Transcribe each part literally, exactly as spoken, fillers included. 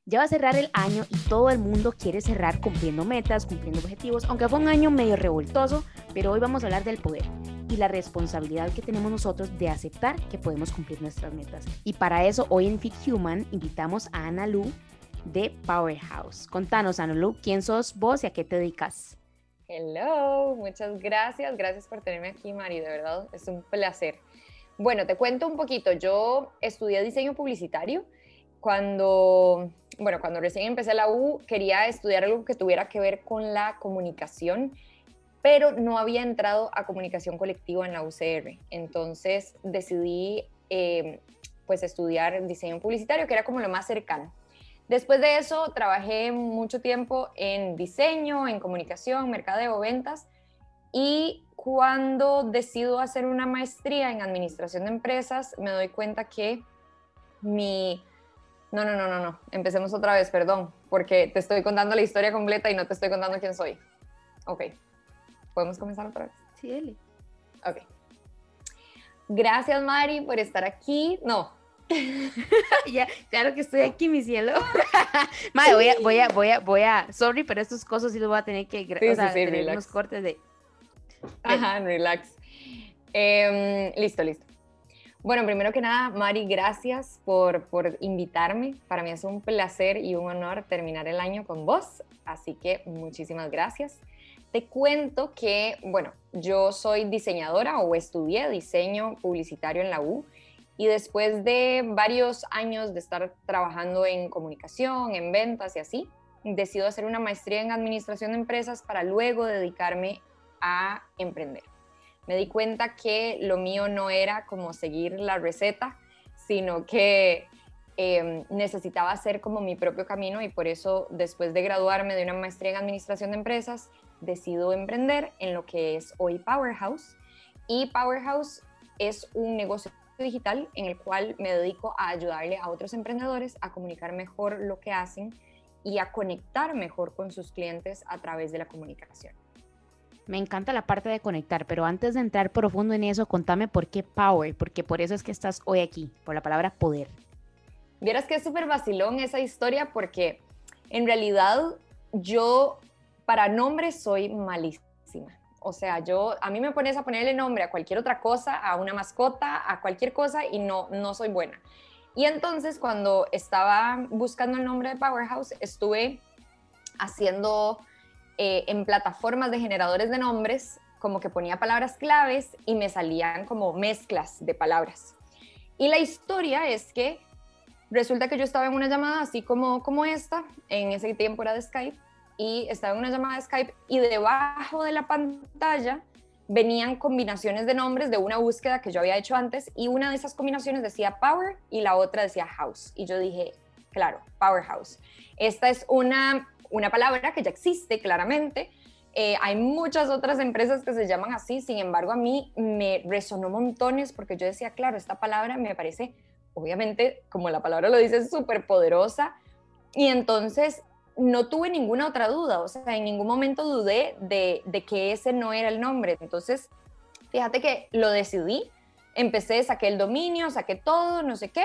Ya va a cerrar el año y todo el mundo quiere cerrar cumpliendo metas, cumpliendo objetivos, aunque fue un año medio revoltoso, pero hoy vamos a hablar del poder y la responsabilidad que tenemos nosotros de aceptar que podemos cumplir nuestras metas. Y para eso hoy en Fit Human invitamos a Ana Lu de Powerhouse. Contanos, Ana Lu, ¿quién sos vos y a qué te dedicas? Hello, muchas gracias, gracias por tenerme aquí, Mari, de verdad, es un placer. Bueno, te cuento un poquito, yo estudié diseño publicitario. Cuando, bueno, cuando recién empecé la U, quería estudiar algo que tuviera que ver con la comunicación, pero no había entrado a comunicación colectiva en la U C R. Entonces decidí eh, pues estudiar diseño publicitario, que era como lo más cercano. Después de eso, trabajé mucho tiempo en diseño, en comunicación, mercadeo, ventas, y cuando decido hacer una maestría en administración de empresas, me doy cuenta que mi... No, no, no, no, no, empecemos otra vez, perdón, porque te estoy contando la historia completa y no te estoy contando quién soy. Ok, ¿podemos comenzar otra vez? Sí, dale. Ok. Gracias, Mari, por estar aquí. No. Ya, claro que estoy aquí, mi cielo. Madre, voy a, voy a, voy a, voy a, sorry, pero estos cosas sí los voy a tener que, sí, o sea, sí, sí, tener relax. unos cortes de... Ajá, relax. Eh, listo, listo. Bueno, primero que nada, Mari, gracias por, por invitarme. Para mí es un placer y un honor terminar el año con vos, así que muchísimas gracias. Te cuento que, bueno, yo soy diseñadora o estudié diseño publicitario en la U y después de varios años de estar trabajando en comunicación, en ventas y así, decido hacer una maestría en administración de empresas para luego dedicarme a emprender. Me di cuenta que lo mío no era como seguir la receta, sino que eh, necesitaba hacer como mi propio camino y por eso después de graduarme de una maestría en administración de empresas, decido emprender en lo que es hoy Powerhouse. Y Powerhouse es un negocio digital en el cual me dedico a ayudarle a otros emprendedores a comunicar mejor lo que hacen y a conectar mejor con sus clientes a través de la comunicación. Me encanta la parte de conectar, pero antes de entrar profundo en eso, contame por qué Power, porque por eso es que estás hoy aquí, por la palabra poder. Vieras que es súper vacilón esa historia porque en realidad yo para nombres soy malísima. O sea, yo, a mí me pones a ponerle nombre a cualquier otra cosa, a una mascota, a cualquier cosa y no, no soy buena. Y entonces cuando estaba buscando el nombre de Powerhouse, estuve haciendo... Eh, en plataformas de generadores de nombres, como que ponía palabras claves y me salían como mezclas de palabras. Y la historia es que resulta que yo estaba en una llamada así como, como esta, en ese tiempo era de Skype, y estaba en una llamada de Skype y debajo de la pantalla venían combinaciones de nombres de una búsqueda que yo había hecho antes y una de esas combinaciones decía Power y la otra decía House. Y yo dije, claro, Powerhouse. Esta es una... una palabra que ya existe claramente, eh, hay muchas otras empresas que se llaman así, sin embargo a mí me resonó montones porque yo decía, claro, esta palabra me parece, obviamente, como la palabra lo dice, súper poderosa, y entonces no tuve ninguna otra duda, o sea, en ningún momento dudé de, de que ese no era el nombre, entonces fíjate que lo decidí, empecé, saqué el dominio, saqué todo, no sé qué,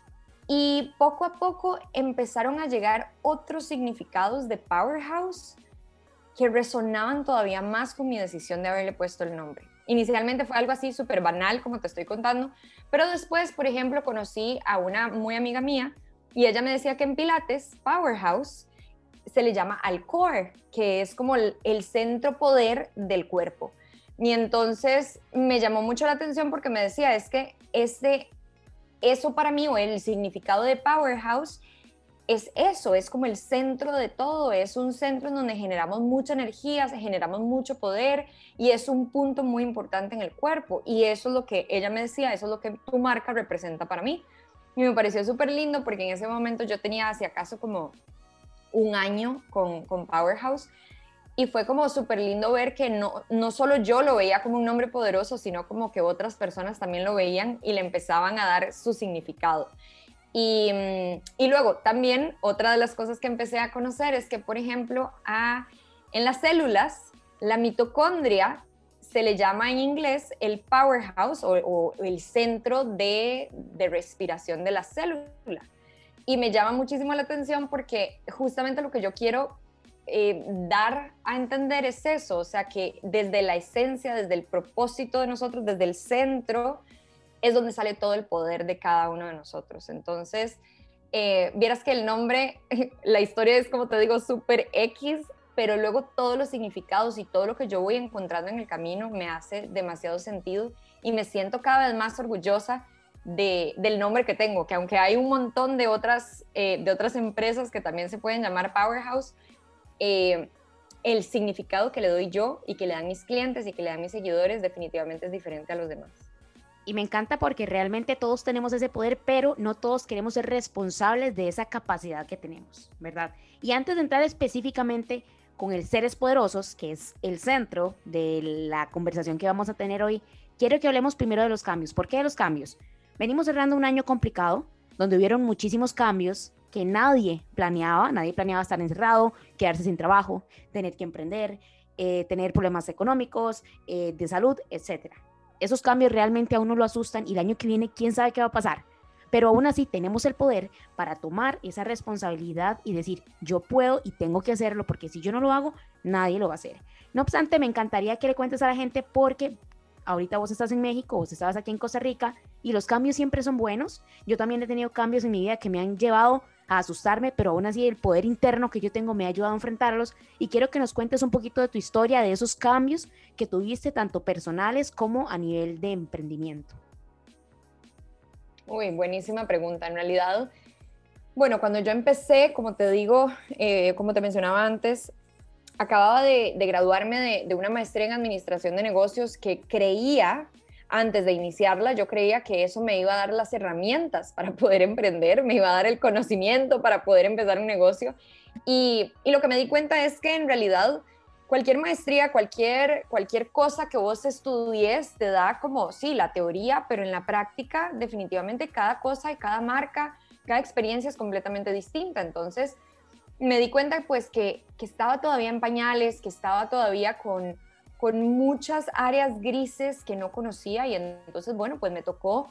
y poco a poco empezaron a llegar otros significados de Powerhouse que resonaban todavía más con mi decisión de haberle puesto el nombre. Inicialmente fue algo así súper banal, como te estoy contando, pero después, por ejemplo, conocí a una muy amiga mía y ella me decía que en Pilates, Powerhouse, se le llama al core, que es como el, el centro poder del cuerpo. Y entonces me llamó mucho la atención porque me decía, es que este... eso para mí, o el significado de Powerhouse, es eso, es como el centro de todo, es un centro en donde generamos mucha energía, generamos mucho poder y es un punto muy importante en el cuerpo. Y eso es lo que ella me decía, eso es lo que tu marca representa para mí. Y me pareció súper lindo porque en ese momento yo tenía, hacia acaso, como un año con, con Powerhouse. Y fue como súper lindo ver que no, no solo yo lo veía como un nombre poderoso, sino como que otras personas también lo veían y le empezaban a dar su significado. Y, y luego también otra de las cosas que empecé a conocer es que, por ejemplo, a, en las células, la mitocondria se le llama en inglés el powerhouse o, o el centro de, de respiración de la célula. y me llama muchísimo la atención porque justamente lo que yo quiero eh, dar a entender es eso, o sea, que desde la esencia, desde el propósito de nosotros, desde el centro, es donde sale todo el poder de cada uno de nosotros. Entonces, eh, vieras que el nombre, la historia es, como te digo, súper X, pero luego todos los significados y todo lo que yo voy encontrando en el camino me hace demasiado sentido y me siento cada vez más orgullosa de, del nombre que tengo, que aunque hay un montón de otras, eh, de otras empresas que también se pueden llamar Powerhouse, eh, el significado que le doy yo y que le dan mis clientes y que le dan mis seguidores definitivamente es diferente a los demás. Y me encanta porque realmente todos tenemos ese poder, pero no todos queremos ser responsables de esa capacidad que tenemos, ¿verdad? Y antes de entrar específicamente con el Seres Poderosos, que es el centro de la conversación que vamos a tener hoy, quiero que hablemos primero de los cambios. ¿Por qué de los cambios? Venimos cerrando un año complicado, donde hubieron muchísimos cambios que nadie planeaba, nadie planeaba estar encerrado, quedarse sin trabajo, tener que emprender, eh, tener problemas económicos, eh, de salud, etcétera. Esos cambios realmente a uno lo asustan y el año que viene, quién sabe qué va a pasar. Pero aún así tenemos el poder para tomar esa responsabilidad y decir, yo puedo y tengo que hacerlo, porque si yo no lo hago, nadie lo va a hacer. No obstante, me encantaría que le cuentes a la gente, porque ahorita vos estás en México, vos estabas aquí en Costa Rica, y los cambios siempre son buenos. Yo también he tenido cambios en mi vida que me han llevado a asustarme, pero aún así el poder interno que yo tengo me ha ayudado a enfrentarlos, y quiero que nos cuentes un poquito de tu historia, de esos cambios que tuviste, tanto personales como a nivel de emprendimiento. Uy, buenísima pregunta. En realidad, bueno, cuando yo empecé, como te digo, eh, como te mencionaba antes, acababa de, de graduarme de, de una maestría en administración de negocios que creía, antes de iniciarla, yo creía que eso me iba a dar las herramientas para poder emprender, me iba a dar el conocimiento para poder empezar un negocio. Y, y lo que me di cuenta es que en realidad cualquier maestría, cualquier, cualquier cosa que vos estudies te da como, sí, la teoría, pero en la práctica definitivamente cada cosa y cada marca, cada experiencia es completamente distinta. Entonces me di cuenta pues que, que estaba todavía en pañales, que estaba todavía con, con muchas áreas grises que no conocía y entonces, bueno, pues me tocó,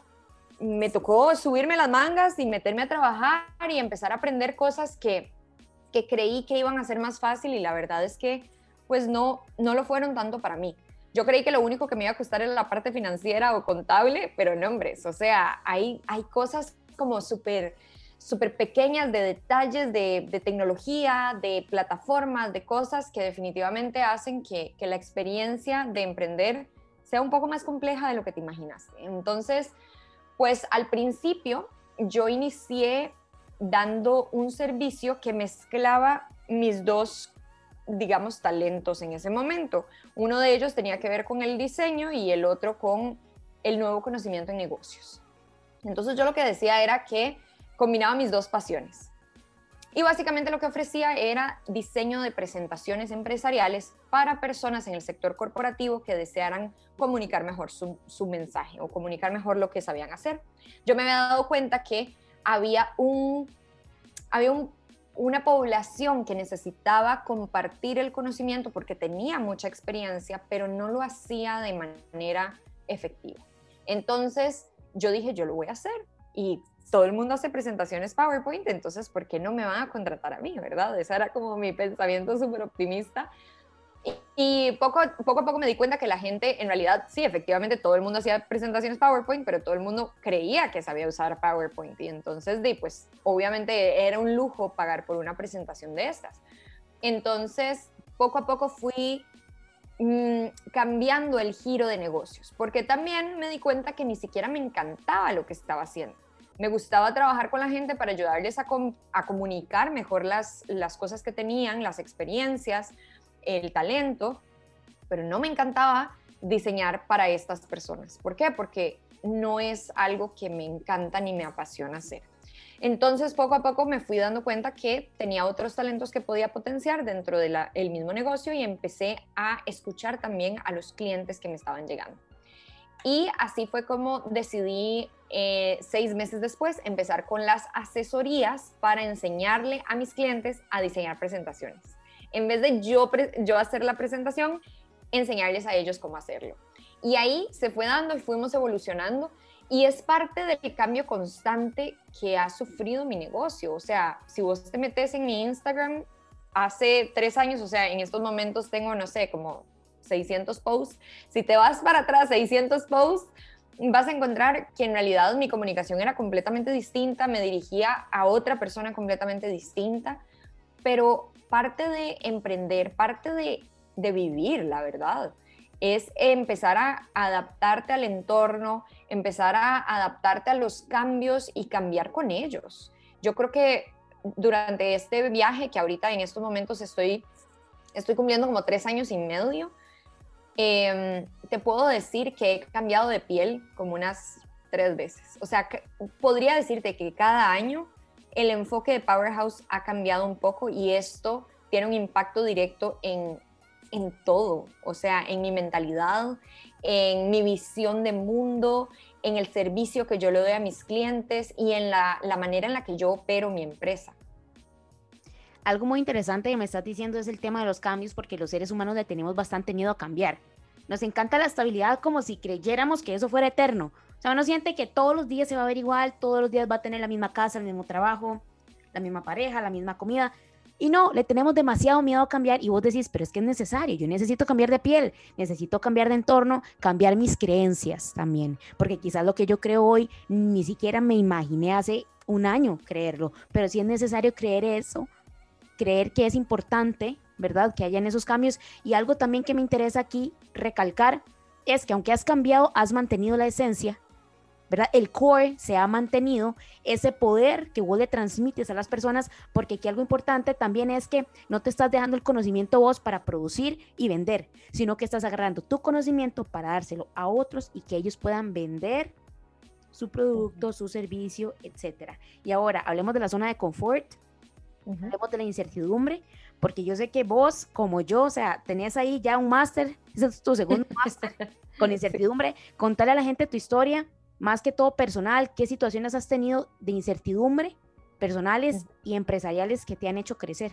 me tocó subirme las mangas y meterme a trabajar y empezar a aprender cosas que, que creí que iban a ser más fácil y la verdad es que pues no, no lo fueron tanto para mí. Yo creí que lo único que me iba a costar era la parte financiera o contable, pero no, hombres, o sea, hay, hay cosas como súper súper pequeñas de detalles de, de tecnología, de plataformas, de cosas que definitivamente hacen que, que la experiencia de emprender sea un poco más compleja de lo que te imaginaste. Entonces, pues al principio yo inicié dando un servicio que mezclaba mis dos, digamos, talentos en ese momento. Uno de ellos tenía que ver con el diseño y el otro con el nuevo conocimiento en negocios. Entonces yo lo que decía era que combinaba mis dos pasiones. Y básicamente lo que ofrecía era diseño de presentaciones empresariales para personas en el sector corporativo que desearan comunicar mejor su, su mensaje o comunicar mejor lo que sabían hacer. Yo me había dado cuenta que había, un, había un, una población que necesitaba compartir el conocimiento porque tenía mucha experiencia, pero no lo hacía de manera efectiva. Entonces yo dije, yo lo voy a hacer. Y todo el mundo hace presentaciones PowerPoint, entonces ¿por qué no me van a contratar a mí, verdad? Ese era como mi pensamiento súper optimista. Y, y poco, poco a poco me di cuenta que la gente, en realidad, sí, efectivamente, todo el mundo hacía presentaciones PowerPoint, pero todo el mundo creía que sabía usar PowerPoint. Y entonces, de, pues, obviamente era un lujo pagar por una presentación de estas. Entonces, poco a poco fui mmm, cambiando el giro de negocios, porque también me di cuenta que ni siquiera me encantaba lo que estaba haciendo. Me gustaba trabajar con la gente para ayudarles a, com a comunicar mejor las, las cosas que tenían, las experiencias, el talento, pero no me encantaba diseñar para estas personas. ¿Por qué? Porque no es algo que me encanta ni me apasiona hacer. Entonces, poco a poco me fui dando cuenta que tenía otros talentos que podía potenciar dentro del mismo negocio y empecé a escuchar también a los clientes que me estaban llegando. Y así fue como decidí, eh, seis meses después, empezar con las asesorías para enseñarle a mis clientes a diseñar presentaciones. En vez de yo, yo hacer la presentación, enseñarles a ellos cómo hacerlo. Y ahí se fue dando y fuimos evolucionando y es parte del cambio constante que ha sufrido mi negocio. O sea, si vos te metes en mi Instagram hace tres años, o sea, en estos momentos tengo, no sé, como seiscientos posts. Si te vas para atrás, seiscientos posts, vas a encontrar que en realidad mi comunicación era completamente distinta, me dirigía a otra persona completamente distinta, pero parte de emprender, parte de, de vivir, la verdad, es empezar a adaptarte al entorno, empezar a adaptarte a los cambios y cambiar con ellos. Yo creo que durante este viaje, que ahorita en estos momentos estoy, estoy cumpliendo como tres años y medio, eh, te puedo decir que he cambiado de piel como unas tres veces. O sea, que podría decirte que cada año el enfoque de Powerhouse ha cambiado un poco y esto tiene un impacto directo en, en todo. O sea, en mi mentalidad, en mi visión de mundo, en el servicio que yo le doy a mis clientes y en la, la manera en la que yo opero mi empresa. Algo muy interesante que me estás diciendo es el tema de los cambios, porque los seres humanos le tenemos bastante miedo a cambiar. Nos encanta la estabilidad como si creyéramos que eso fuera eterno. O sea, uno siente que todos los días se va a ver igual, todos los días va a tener la misma casa, el mismo trabajo, la misma pareja, la misma comida. Y no, le tenemos demasiado miedo a cambiar y vos decís, pero es que es necesario, yo necesito cambiar de piel, necesito cambiar de entorno, cambiar mis creencias también, porque quizás lo que yo creo hoy ni siquiera me imaginé hace un año creerlo, pero sí es necesario creer eso, creer que es importante, ¿verdad? Que hayan esos cambios. Y algo también que me interesa aquí recalcar es que aunque has cambiado, has mantenido la esencia, ¿verdad? El core se ha mantenido, ese poder que vos le transmites a las personas, porque aquí algo importante también es que no te estás dejando el conocimiento vos para producir y vender, sino que estás agarrando tu conocimiento para dárselo a otros y que ellos puedan vender su producto, su servicio, etcétera. Y ahora hablemos de la zona de confort, uh-huh. Hablemos de la incertidumbre, porque yo sé que vos, como yo, o sea, tenés ahí ya un máster, ese es tu segundo máster, con incertidumbre. Sí. Contale a la gente tu historia, más que todo personal, qué situaciones has tenido de incertidumbre personales y empresariales que te han hecho crecer.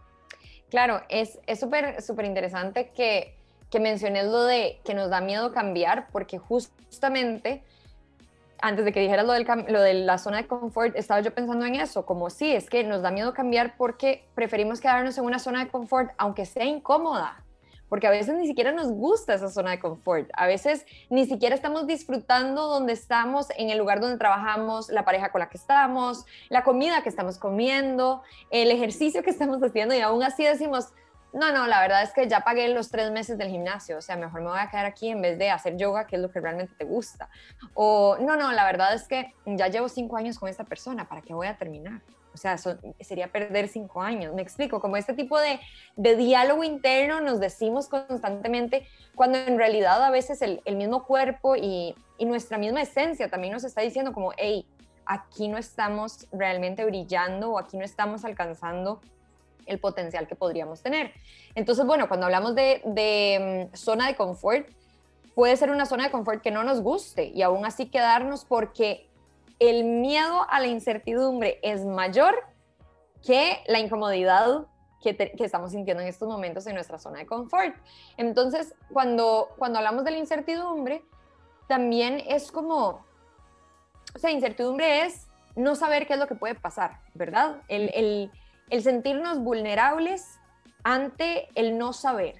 Claro, es súper súper interesante que, que menciones lo de que nos da miedo cambiar, porque justamente antes de que dijeras lo, del, lo de la zona de confort, estaba yo pensando en eso, como sí, es que nos da miedo cambiar porque preferimos quedarnos en una zona de confort, aunque sea incómoda. Porque a veces ni siquiera nos gusta esa zona de confort, a veces ni siquiera estamos disfrutando donde estamos, en el lugar donde trabajamos, la pareja con la que estamos, la comida que estamos comiendo, el ejercicio que estamos haciendo, y aún así decimos, no, no, la verdad es que ya pagué los tres meses del gimnasio, o sea, mejor me voy a quedar aquí en vez de hacer yoga, que es lo que realmente te gusta. O no, no, la verdad es que ya llevo cinco años con esta persona, ¿para qué voy a terminar? O sea, eso sería perder cinco años. Me explico, como este tipo de, de diálogo interno nos decimos constantemente, cuando en realidad a veces el, el mismo cuerpo y, y nuestra misma esencia también nos está diciendo como, hey, aquí no estamos realmente brillando o aquí no estamos alcanzando el potencial que podríamos tener. Entonces, bueno, cuando hablamos de, de um, zona de confort, puede ser una zona de confort que no nos guste y aún así quedarnos porque el miedo a la incertidumbre es mayor que la incomodidad que, te, que estamos sintiendo en estos momentos en nuestra zona de confort. Entonces, cuando, cuando hablamos de la incertidumbre, también es como, o sea, incertidumbre es no saber qué es lo que puede pasar, ¿verdad? El, el, el sentirnos vulnerables ante el no saber.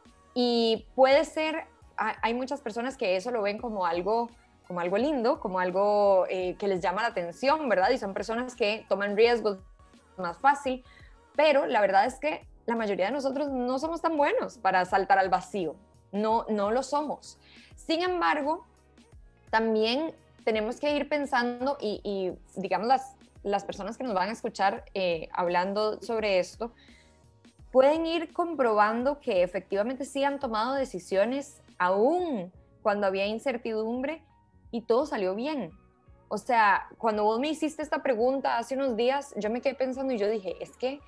Y puede ser, hay muchas personas que eso lo ven como algo como algo lindo, como algo eh, que les llama la atención, ¿verdad? Y son personas que toman riesgos más fácil, pero la verdad es que la mayoría de nosotros no somos tan buenos para saltar al vacío, no, no lo somos. Sin embargo, también tenemos que ir pensando y, y digamos, las, las personas que nos van a escuchar eh, hablando sobre esto, pueden ir comprobando que efectivamente sí han tomado decisiones aún cuando había incertidumbre, y todo salió bien. O sea, cuando vos me hiciste esta pregunta hace unos días, yo me quedé pensando y yo dije, es que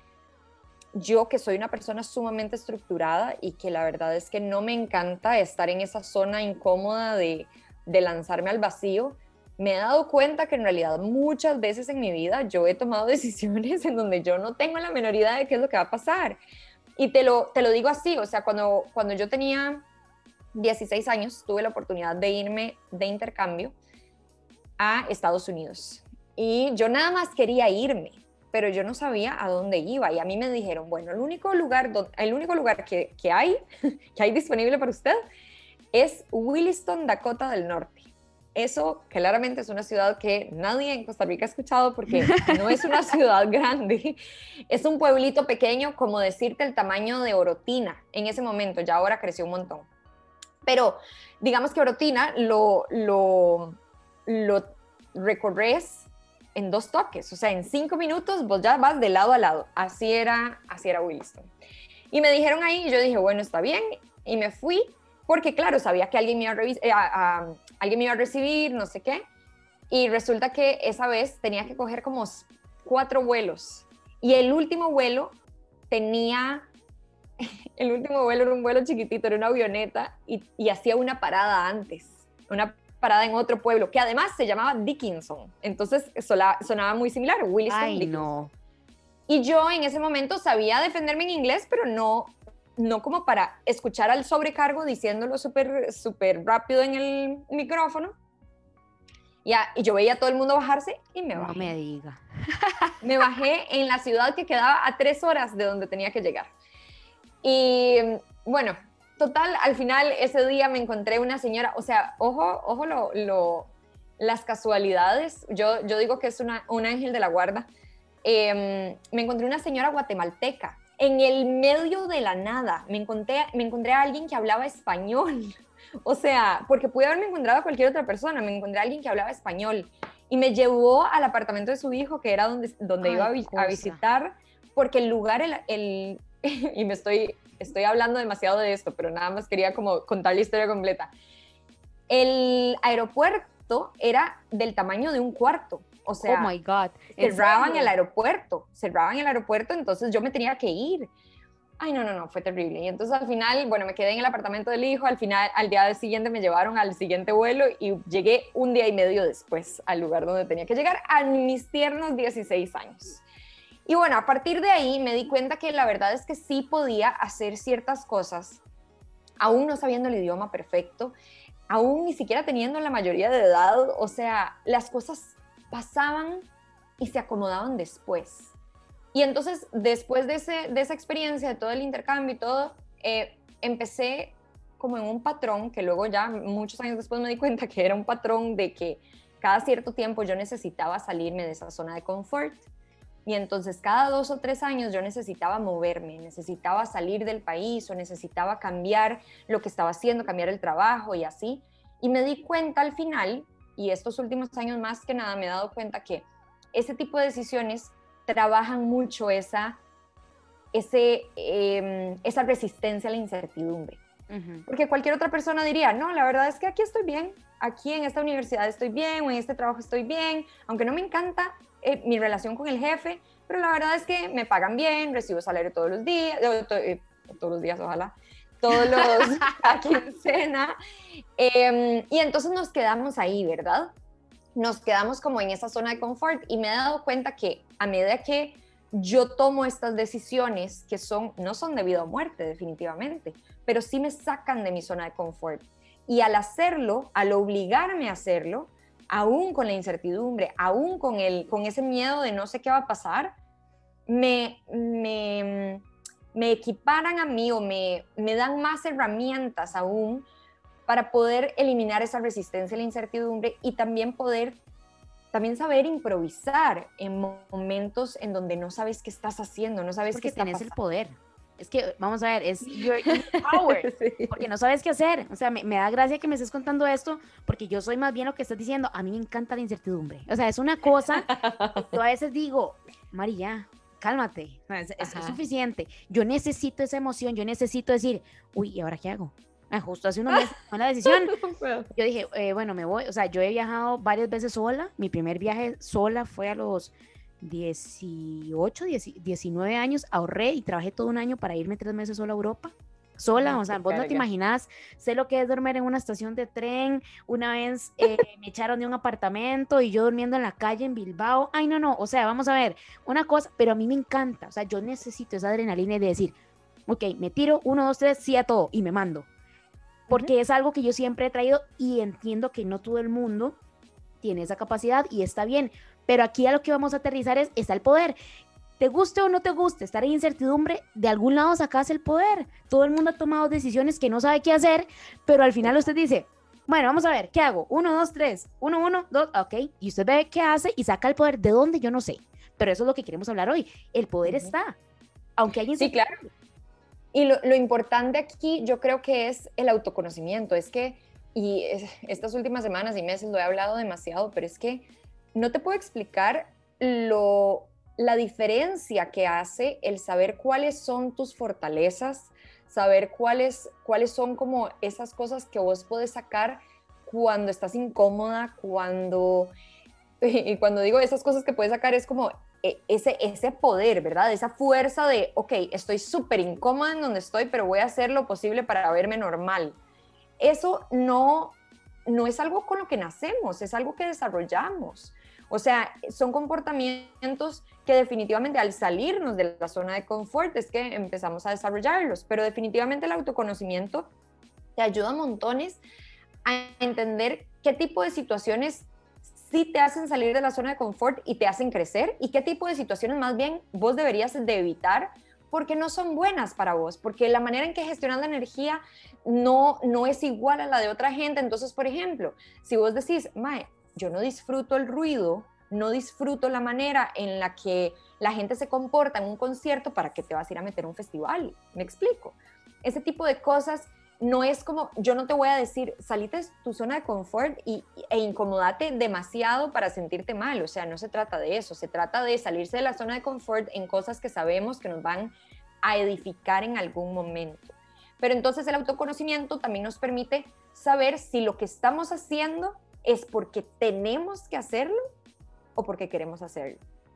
yo que soy una persona sumamente estructurada y que la verdad es que no me encanta estar en esa zona incómoda de, de lanzarme al vacío, me he dado cuenta que en realidad muchas veces en mi vida yo he tomado decisiones en donde yo no tengo la menor idea de qué es lo que va a pasar. Y te lo, te lo digo así, o sea, cuando, cuando yo tenía dieciséis años, tuve la oportunidad de irme de intercambio a Estados Unidos. Y yo nada más quería irme, pero yo no sabía a dónde iba. Y a mí me dijeron, bueno, el único lugar, do- el único lugar que, que hay, que hay disponible para usted es Williston, Dakota del Norte. Eso claramente es una ciudad que nadie en Costa Rica ha escuchado porque no es una ciudad grande. Es un pueblito pequeño, como decirte el tamaño de Orotina en ese momento, ya ahora creció un montón. Pero digamos que Orotina lo, lo, lo recorres en dos toques, o sea, en cinco minutos vos ya vas de lado a lado. Así era, así era Williston. Y me dijeron ahí, y yo dije, bueno, está bien, y me fui, porque claro, sabía que alguien me iba a, revis- eh, a, a, alguien me iba a recibir, no sé qué, y resulta que esa vez tenía que coger como cuatro vuelos, y el último vuelo tenía, el último vuelo era un vuelo chiquitito, era una avioneta, y, y hacía una parada antes, una parada en otro pueblo, que además se llamaba Dickinson, entonces sola, sonaba muy similar, Williston, Ay, Dickinson. no. Y yo en ese momento sabía defenderme en inglés, pero no, no como para escuchar al sobrecargo diciéndolo súper súper rápido en el micrófono. Ya, y yo veía a todo el mundo bajarse y me bajé. No me diga. Me bajé en la ciudad que quedaba a tres horas de donde tenía que llegar. Y bueno, total, al final ese día me encontré una señora, o sea, ojo, ojo lo, lo, las casualidades. Yo, yo digo que es una, un ángel de la guarda. Eh, me encontré una señora guatemalteca en el medio de la nada. Me encontré, me encontré a alguien que hablaba español. O sea, porque pude haberme encontrado a cualquier otra persona, me encontré a alguien que hablaba español y me llevó al apartamento de su hijo, que era donde, donde Ay, iba a, vi- a visitar, porque el lugar, el, el y me estoy, estoy hablando demasiado de esto, pero nada más quería como contar la historia completa. El aeropuerto era del tamaño de un cuarto. O sea, oh my God. cerraban el aeropuerto, cerraban el aeropuerto, entonces yo me tenía que ir. Ay, no, no, no, fue terrible. Y entonces al final, bueno, me quedé en el apartamento del hijo, al final, al día siguiente me llevaron al siguiente vuelo y llegué un día y medio después al lugar donde tenía que llegar, a mis tiernos dieciséis años. Y bueno, a partir de ahí me di cuenta que la verdad es que sí podía hacer ciertas cosas, aún no sabiendo el idioma perfecto, aún ni siquiera teniendo la mayoría de edad, o sea, las cosas pasaban y se acomodaban después. Y entonces, después de, ese, de esa experiencia, de todo el intercambio y todo, eh, empecé como en un patrón que luego ya muchos años después me di cuenta que era un patrón de que cada cierto tiempo yo necesitaba salirme de esa zona de confort. Y entonces cada dos o tres años yo necesitaba moverme, necesitaba salir del país o necesitaba cambiar lo que estaba haciendo, cambiar el trabajo y así. Y me di cuenta al final, y estos últimos años más que nada me he dado cuenta que ese tipo de decisiones trabajan mucho esa, ese, eh, esa resistencia a la incertidumbre. Uh-huh. Porque cualquier otra persona diría, no, la verdad es que aquí estoy bien, aquí en esta universidad estoy bien, o en este trabajo estoy bien, aunque no me encanta eh, mi relación con el jefe, pero la verdad es que me pagan bien, recibo salario todos los días, eh, to, eh, todos los días ojalá, todos los, a quincena, eh, y entonces nos quedamos ahí, ¿verdad? Nos quedamos como en esa zona de confort y me he dado cuenta que a medida que yo tomo estas decisiones que son, no son de vida o muerte definitivamente, pero sí me sacan de mi zona de confort. Y al hacerlo, al obligarme a hacerlo, aún con la incertidumbre, aún con, el, con ese miedo de no sé qué va a pasar, me, me, me equiparan a mí o me, me dan más herramientas aún para poder eliminar esa resistencia a la incertidumbre y también poder, también saber improvisar en momentos en donde no sabes qué estás haciendo, no sabes porque qué está tenés pasando. el poder. Es que, vamos a ver, es your, your power, sí. Porque no sabes qué hacer. O sea, me, me da gracia que me estés contando esto, porque yo soy más bien lo que estás diciendo. A mí me encanta la incertidumbre. O sea, es una cosa que yo a veces digo, Mari, ya, cálmate, es, es, es suficiente. Yo necesito esa emoción, yo necesito decir, uy, ¿y ahora qué hago? Ah, justo hace unos meses tomé la decisión. Yo dije, eh, bueno, me voy. O sea, yo he viajado varias veces sola. Mi primer viaje sola fue a los dieciocho, diecinueve años. Ahorré y trabajé todo un año para irme tres meses sola a Europa. Sola, o sea, vos no te imaginás. Sé lo que es dormir en una estación de tren. Una vez eh, me echaron de un apartamento y yo durmiendo en la calle en Bilbao. Ay, no, no. O sea, vamos a ver, una cosa, pero a mí me encanta. O sea, yo necesito esa adrenalina de decir, ok, me tiro, uno, dos, tres, sí a todo y me mando. Porque uh-huh. es algo que yo siempre he traído y entiendo que no todo el mundo tiene esa capacidad y está bien, pero aquí a lo que vamos a aterrizar es, está el poder. Te guste o no te guste estar en incertidumbre, de algún lado sacas el poder. Todo el mundo ha tomado decisiones que no sabe qué hacer, pero al final usted dice, bueno, vamos a ver, ¿qué hago? Uno, dos, tres, uno, uno, dos, ok, y usted ve qué hace y saca el poder. ¿De dónde? Yo no sé, pero eso es lo que queremos hablar hoy. El poder uh-huh. está, aunque hay incertidumbre. Sí, claro. Y lo, lo importante aquí yo creo que es el autoconocimiento, es que, y es, estas últimas semanas y meses lo he hablado demasiado, pero es que no te puedo explicar lo, la diferencia que hace el saber cuáles son tus fortalezas, saber cuáles, cuáles son como esas cosas que vos podés sacar cuando estás incómoda, cuando, y cuando digo esas cosas que puedes sacar es como ese, ese poder, ¿verdad? Esa fuerza de, ok, estoy súper incómoda en donde estoy, pero voy a hacer lo posible para verme normal. Eso no, no es algo con lo que nacemos, es algo que desarrollamos. O sea, son comportamientos que definitivamente al salirnos de la zona de confort es que empezamos a desarrollarlos, pero definitivamente el autoconocimiento te ayuda montones a entender qué tipo de situaciones sí te hacen salir de la zona de confort y te hacen crecer y qué tipo de situaciones más bien vos deberías de evitar porque no son buenas para vos, porque la manera en que gestionas la energía no, no es igual a la de otra gente. Entonces, por ejemplo, si vos decís, mae, yo no disfruto el ruido, no disfruto la manera en la que la gente se comporta en un concierto, ¿para qué te vas a ir a meter a un festival? ¿Me explico? Ese tipo de cosas no es como, yo no te voy a decir, salite de tu zona de confort y, e incomodate demasiado para sentirte mal, o sea, no se trata de eso, se trata de salirse de la zona de confort en cosas que sabemos que nos van a edificar en algún momento. Pero entonces el autoconocimiento también nos permite saber si lo que estamos haciendo es porque tenemos que hacerlo o porque queremos hacerlo.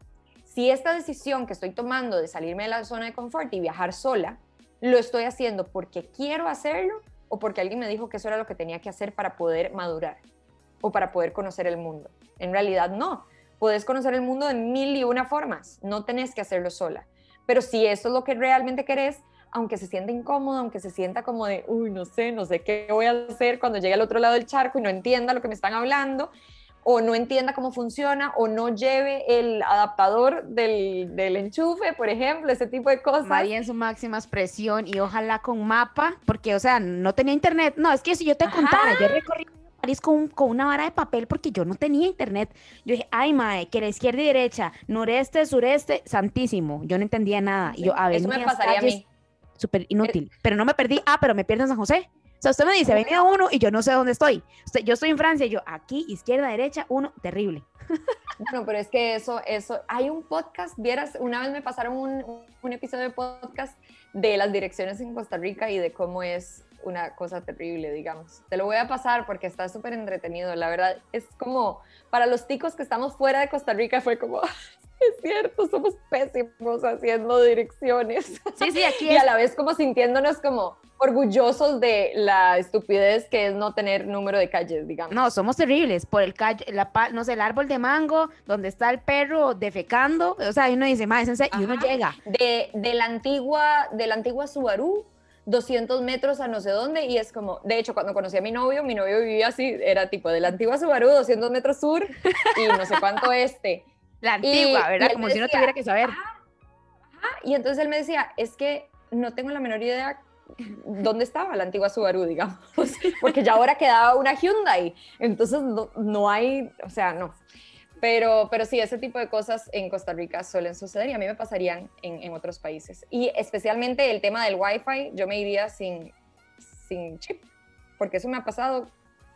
Si esta decisión que estoy tomando de salirme de la zona de confort y viajar sola, lo estoy haciendo porque quiero hacerlo o porque alguien me dijo que eso era lo que tenía que hacer para poder madurar o para poder conocer el mundo. En realidad no, puedes conocer el mundo de mil y una formas, no tenés que hacerlo sola. Pero si eso es lo que realmente querés, aunque se sienta incómodo, aunque se sienta como de, uy, no sé, no sé qué voy a hacer cuando llegue al otro lado del charco y no entienda lo que me están hablando, o no entienda cómo funciona, o no lleve el adaptador del, del enchufe, por ejemplo, ese tipo de cosas. María en su máxima expresión y ojalá con mapa, porque, o sea, no tenía internet. No, es que si yo te Ajá. contara, yo recorrí París con, con una vara de papel porque yo no tenía internet. Yo dije, ay, mae, que la izquierda y derecha, noreste, sureste, santísimo. Yo no entendía nada. Sí, y yo, a ver, eso me pasaría calles, a mí. Súper inútil. Es... Pero no me perdí. Ah, pero me pierdo en San José. O sea, usted me dice, avenida uno y yo no sé dónde estoy. Usted, yo estoy en Francia y yo, aquí, izquierda, derecha, uno, terrible. Bueno, pero es que eso, eso, hay un podcast, vieras, una vez me pasaron un, un episodio de podcast de las direcciones en Costa Rica y de cómo es una cosa terrible, digamos. Te lo voy a pasar porque está súper entretenido, la verdad, es como, para los ticos que estamos fuera de Costa Rica fue como, es cierto, somos pésimos haciendo direcciones. Sí, sí, aquí es. Y a la vez como sintiéndonos como orgullosos de la estupidez que es no tener número de calles, digamos. No, somos terribles, por el calle, la, no sé, el árbol de mango, donde está el perro defecando, o sea, y uno dice, más y uno llega. De, de la antigua, de la antigua Subaru, doscientos metros a no sé dónde, y es como, de hecho, cuando conocí a mi novio, mi novio vivía así, era tipo de la antigua Subaru, doscientos metros sur, y no sé cuánto este. La antigua, y, ¿verdad? Y como si decía, uno tuviera que saber. Ajá, ajá, y entonces él me decía, es que no tengo la menor idea dónde estaba la antigua Subaru, digamos, porque ya ahora quedaba una Hyundai, entonces no, no hay, o sea, no. Pero, pero sí, ese tipo de cosas en Costa Rica suelen suceder y a mí me pasarían en, en otros países. Y especialmente el tema del Wi-Fi, yo me iría sin, sin chip, porque eso me ha pasado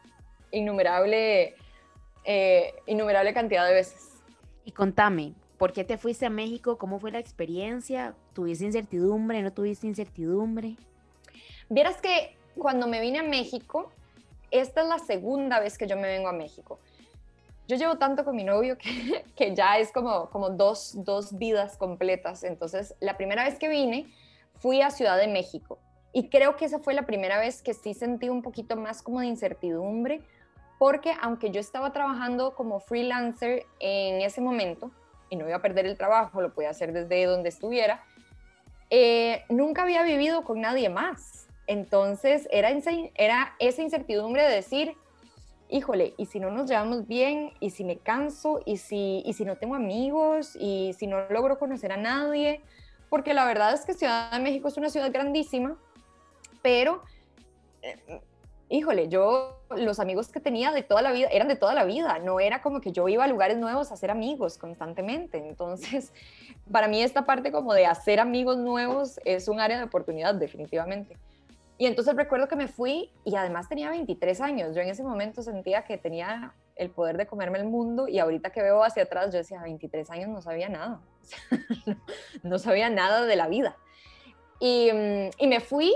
innumerable, eh, innumerable cantidad de veces. Y contame, ¿por qué te fuiste a México? ¿Cómo fue la experiencia? ¿Tuviste incertidumbre? ¿No tuviste incertidumbre? Vieras que cuando me vine a México, esta es la segunda vez que yo me vengo a México. Yo llevo tanto con mi novio que, que ya es como, como dos, dos vidas completas. Entonces, la primera vez que vine, fui a Ciudad de México. Y creo que esa fue la primera vez que sí sentí un poquito más como de incertidumbre, porque aunque yo estaba trabajando como freelancer en ese momento, y no iba a perder el trabajo, lo podía hacer desde donde estuviera, eh, nunca había vivido con nadie más. Entonces, era, era esa incertidumbre de decir, híjole, ¿y si no nos llevamos bien? ¿Y si me canso? ¿Y si, y si no tengo amigos? ¿Y si no logro conocer a nadie? Porque la verdad es que Ciudad de México es una ciudad grandísima, pero, eh, híjole, yo, los amigos que tenía de toda la vida, eran de toda la vida, no era como que yo iba a lugares nuevos a hacer amigos constantemente. Entonces, para mí esta parte como de hacer amigos nuevos es un área de oportunidad, definitivamente. Y entonces recuerdo que me fui y además tenía veintitrés años. Yo en ese momento sentía que tenía el poder de comerme el mundo y ahorita que veo hacia atrás yo decía, veintitrés años no sabía nada. O sea, no, no sabía nada de la vida. Y, y me fui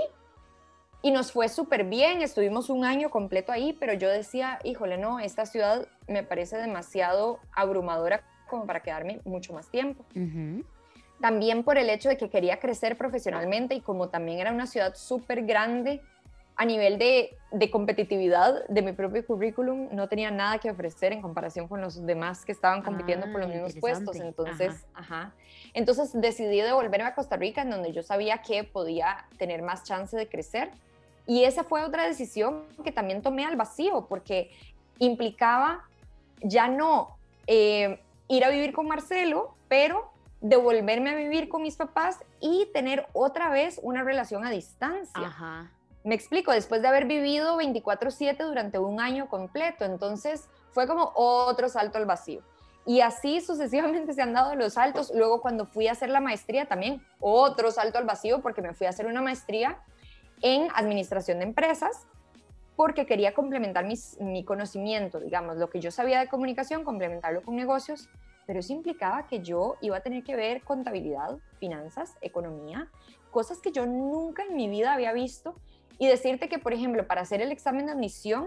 y nos fue súper bien. Estuvimos un año completo ahí, pero yo decía, híjole, no, esta ciudad me parece demasiado abrumadora como para quedarme mucho más tiempo. Uh-huh. También por el hecho de que quería crecer profesionalmente y como también era una ciudad súper grande a nivel de, de competitividad de mi propio currículum, no tenía nada que ofrecer en comparación con los demás que estaban compitiendo ah, por los mismos puestos. Entonces, ajá. Ajá. Entonces decidí devolverme a Costa Rica, en donde yo sabía que podía tener más chance de crecer. Y esa fue otra decisión que también tomé al vacío, porque implicaba ya no eh, ir a vivir con Marcelo, pero devolverme a vivir con mis papás y tener otra vez una relación a distancia. Ajá. Me explico, después de haber vivido veinticuatro siete durante un año completo, entonces fue como otro salto al vacío. Y así sucesivamente se han dado los saltos. Luego cuando fui a hacer la maestría también, otro salto al vacío, porque me fui a hacer una maestría en administración de empresas, porque quería complementar mis, mi conocimiento, digamos, lo que yo sabía de comunicación, complementarlo con negocios, pero eso implicaba que yo iba a tener que ver contabilidad, finanzas, economía, cosas que yo nunca en mi vida había visto. Y decirte que, por ejemplo, para hacer el examen de admisión,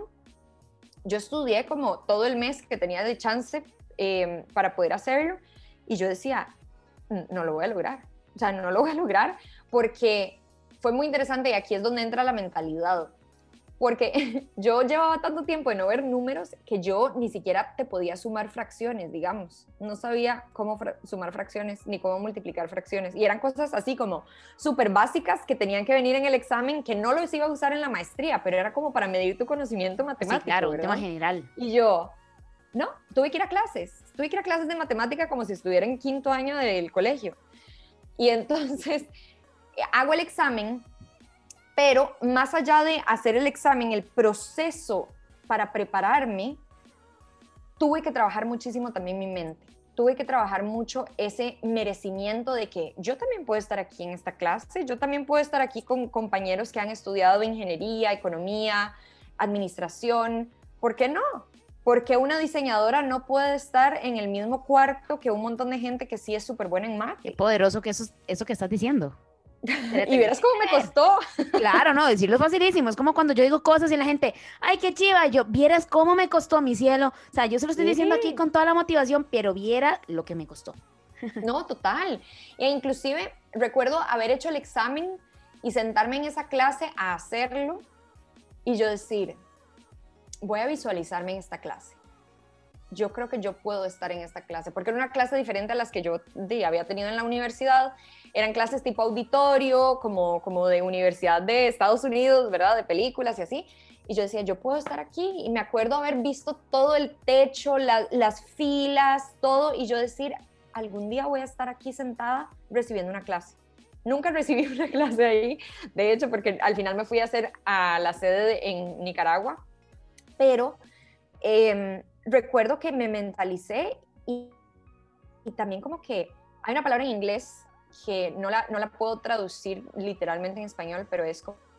yo estudié como todo el mes que tenía de chance eh, para poder hacerlo, y yo decía, no lo voy a lograr, o sea, no lo voy a lograr, porque fue muy interesante, y aquí es donde entra la mentalidad. Porque yo llevaba tanto tiempo de no ver números que yo ni siquiera te podía sumar fracciones, digamos. No sabía cómo fra- sumar fracciones ni cómo multiplicar fracciones. Y eran cosas así como súper básicas que tenían que venir en el examen, que no los iba a usar en la maestría, pero era como para medir tu conocimiento matemático. Sí, claro, ¿verdad? Un tema general. Y yo, no, tuve que ir a clases. Tuve que ir a clases de matemática como si estuviera en quinto año del colegio. Y entonces hago el examen. Pero más allá de hacer el examen, el proceso para prepararme, tuve que trabajar muchísimo también mi mente. Tuve que trabajar mucho ese merecimiento de que yo también puedo estar aquí en esta clase, yo también puedo estar aquí con compañeros que han estudiado ingeniería, economía, administración. ¿Por qué no? Porque una diseñadora no puede estar en el mismo cuarto que un montón de gente que sí es súper buena en mate. Qué poderoso que eso, eso que estás diciendo. Y verás cómo me costó. Claro, no, decirlo es facilísimo. Es como cuando yo digo cosas y la gente, ay, qué chiva. Y yo, vieras cómo me costó, mi cielo. O sea, yo se lo estoy Sí. diciendo aquí con toda la motivación, pero viera lo que me costó. No, total. E inclusive recuerdo haber hecho el examen y sentarme en esa clase a hacerlo y yo decir, voy a visualizarme en esta clase. Yo creo que yo puedo estar en esta clase, porque era una clase diferente a las que yo di, había tenido en la universidad. Eran clases tipo auditorio, como, como de universidad de Estados Unidos, ¿verdad? De películas y así. Y yo decía, yo puedo estar aquí. Y me acuerdo haber visto todo el techo, la, las filas, todo. Y yo decir, algún día voy a estar aquí sentada recibiendo una clase. Nunca recibí una clase ahí, de hecho, porque al final me fui a hacer a la sede de, en Nicaragua. Pero eh, recuerdo que me mentalicé y, y también como que hay una palabra en inglés que no la, no la puedo traducir literalmente en español, pero es como,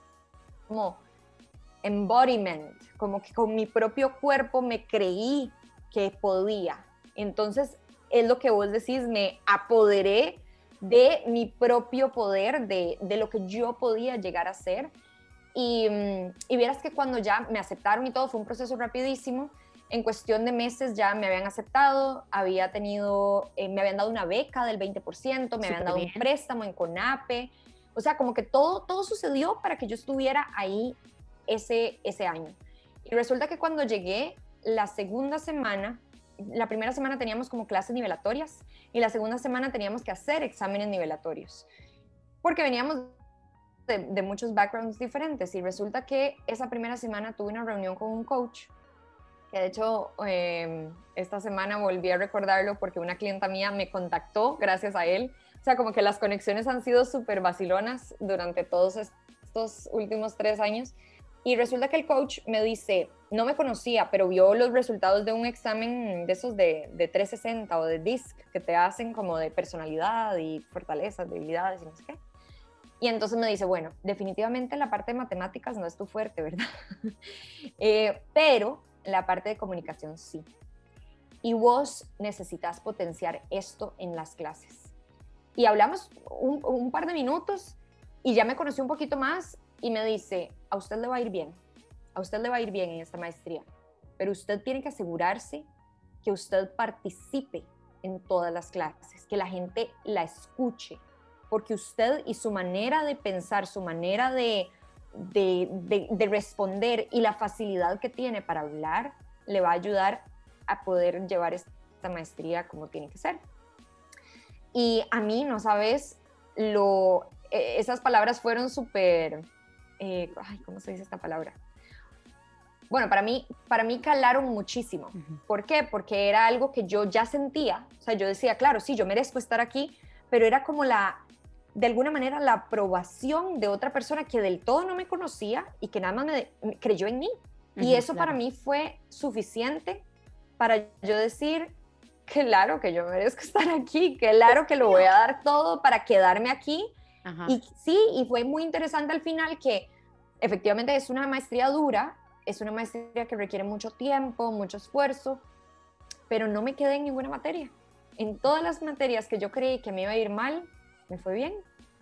como embodiment, como que con mi propio cuerpo me creí que podía. Entonces, es lo que vos decís, me apoderé de mi propio poder, de, de lo que yo podía llegar a ser. Y, y vieras que cuando ya me aceptaron y todo, fue un proceso rapidísimo. En cuestión de meses ya me habían aceptado, había tenido, eh, me habían dado una beca del veinte por ciento, me Súper habían dado bien. un préstamo en CONAPE. O sea, como que todo, todo sucedió para que yo estuviera ahí ese, ese año. Y resulta que cuando llegué, la segunda semana, la primera semana teníamos como clases nivelatorias y la segunda semana teníamos que hacer exámenes nivelatorios. Porque veníamos de, de muchos backgrounds diferentes y resulta que esa primera semana tuve una reunión con un coach Que de hecho, eh, esta semana volví a recordarlo porque una clienta mía me contactó gracias a él. O sea, como que las conexiones han sido súper vacilonas durante todos estos últimos tres años. Y resulta que el coach me dice, no me conocía, pero vio los resultados de un examen de esos de, de trescientos sesenta o de D I S C que te hacen como de personalidad y fortalezas, debilidades y no sé qué. Y entonces me dice, bueno, definitivamente la parte de matemáticas no es tu fuerte, ¿verdad? eh, pero la parte de comunicación sí. Y vos necesitas potenciar esto en las clases. Y hablamos un, un par de minutos y ya me conoció un poquito más y me dice, a usted le va a ir bien, a usted le va a ir bien en esta maestría, pero usted tiene que asegurarse que usted participe en todas las clases, que la gente la escuche, porque usted y su manera de pensar, su manera de, de, de, de responder y la facilidad que tiene para hablar, le va a ayudar a poder llevar esta maestría como tiene que ser. Y a mí, no sabes, lo, eh, esas palabras fueron súper, eh, ay, ¿cómo se dice esta palabra? Bueno, para mí, para mí calaron muchísimo. Uh-huh. ¿Por qué? Porque era algo que yo ya sentía, o sea, yo decía, claro, sí, yo merezco estar aquí, pero era como la, de alguna manera, la aprobación de otra persona que del todo no me conocía y que nada más me, me creyó en mí. Uh-huh, y eso claro. Para mí fue suficiente para yo decir, claro que yo merezco estar aquí, claro que lo voy a dar todo para quedarme aquí. Uh-huh. Y sí, y fue muy interesante al final que efectivamente es una maestría dura, es una maestría que requiere mucho tiempo, mucho esfuerzo, pero no me quedé en ninguna materia. En todas las materias que yo creí que me iba a ir mal, me fue bien.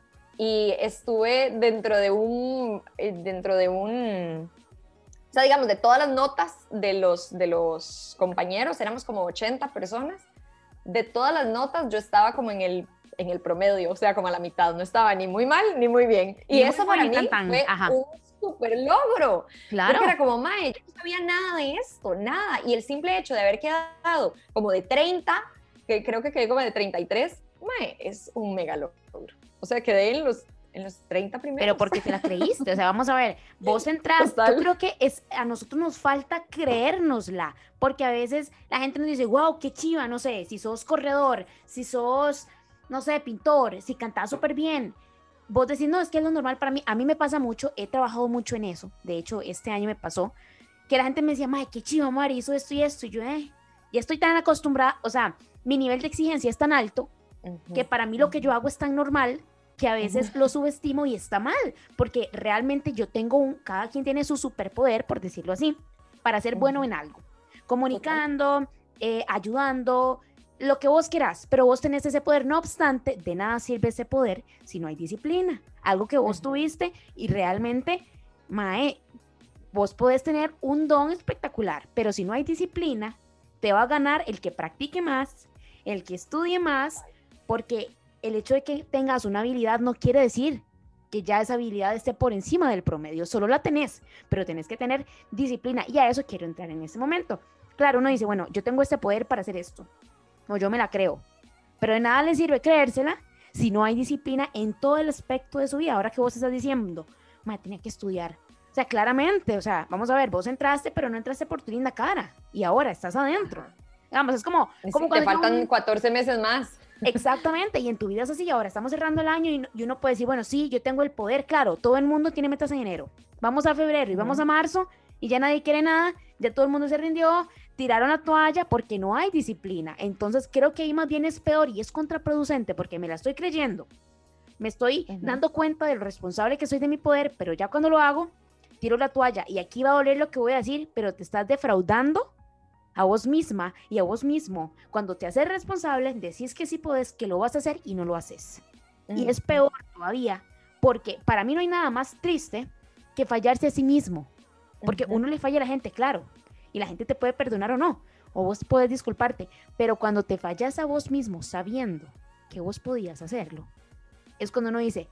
Y estuve dentro de un, dentro de un, o sea, digamos, de todas las notas de los, de los compañeros, éramos como ochenta personas, de todas las notas yo estaba como en el, en el promedio, o sea, como a la mitad, no estaba ni muy mal ni muy bien. Y, y eso para mí tan, fue ajá. un súper logro. Claro. Porque era como, mae, yo no sabía nada de esto, nada. Y el simple hecho de haber quedado como de treinta, que creo que quedé como de treinta y tres, mae, es un mega logro. O sea, quedé en los, en los treinta primeros. Pero porque te la creíste, o sea, vamos a ver, vos entras, Total. Yo creo que es, a nosotros nos falta creérnosla, porque a veces la gente nos dice, wow, qué chiva, no sé, si sos corredor, si sos, no sé, pintor, si cantás súper bien. Vos decís, no, es que es lo normal para mí. A mí me pasa mucho, he trabajado mucho en eso. De hecho, este año me pasó que la gente me decía, madre, qué chiva, Mari, hizo esto y esto. Y yo, eh, ya estoy tan acostumbrada, o sea, mi nivel de exigencia es tan alto uh-huh. que para mí lo que yo hago es tan normal que a veces uh-huh. lo subestimo y está mal. Porque realmente yo tengo un, cada quien tiene su superpoder, por decirlo así, para ser uh-huh. bueno en algo. Comunicando, eh, ayudando, lo que vos quieras, pero vos tenés ese poder. No obstante, de nada sirve ese poder si no hay disciplina. Algo que vos uh-huh. tuviste y realmente, mae, vos podés tener un don espectacular, pero si no hay disciplina, te va a ganar el que practique más, el que estudie más, porque el hecho de que tengas una habilidad no quiere decir que ya esa habilidad esté por encima del promedio, solo la tenés, pero tenés que tener disciplina y a eso quiero entrar en este momento. Claro, uno dice, bueno, yo tengo este poder para hacer esto, o yo me la creo, pero de nada le sirve creérsela si no hay disciplina en todo el aspecto de su vida. Ahora que vos estás diciendo, madre, tenía que estudiar, o sea, claramente, o sea, vamos a ver, vos entraste, pero no entraste por tu linda cara, y ahora estás adentro. Digamos, es como... como sí, te faltan un... catorce meses más. Exactamente, y en tu vida es así, ahora estamos cerrando el año y, y uno puede decir, bueno, sí, yo tengo el poder, claro, todo el mundo tiene metas en enero, vamos a febrero y vamos a marzo, y ya nadie quiere nada, ya todo el mundo se rindió, tiraron la toalla porque no hay disciplina. Entonces creo que ahí más bien es peor y es contraproducente porque me la estoy creyendo, me estoy uh-huh. dando cuenta de lo responsable que soy de mi poder, pero ya cuando lo hago, tiro la toalla y aquí va a doler lo que voy a decir, pero te estás defraudando a vos misma y a vos mismo. Cuando te haces responsable, decís que sí podés, que lo vas a hacer y no lo haces. Uh-huh. Y es peor todavía, porque para mí no hay nada más triste que fallarse a sí mismo, porque uh-huh. uno le falla a la gente, claro, y la gente te puede perdonar o no, o vos puedes disculparte, pero cuando te fallas a vos mismo sabiendo que vos podías hacerlo, es cuando uno dice,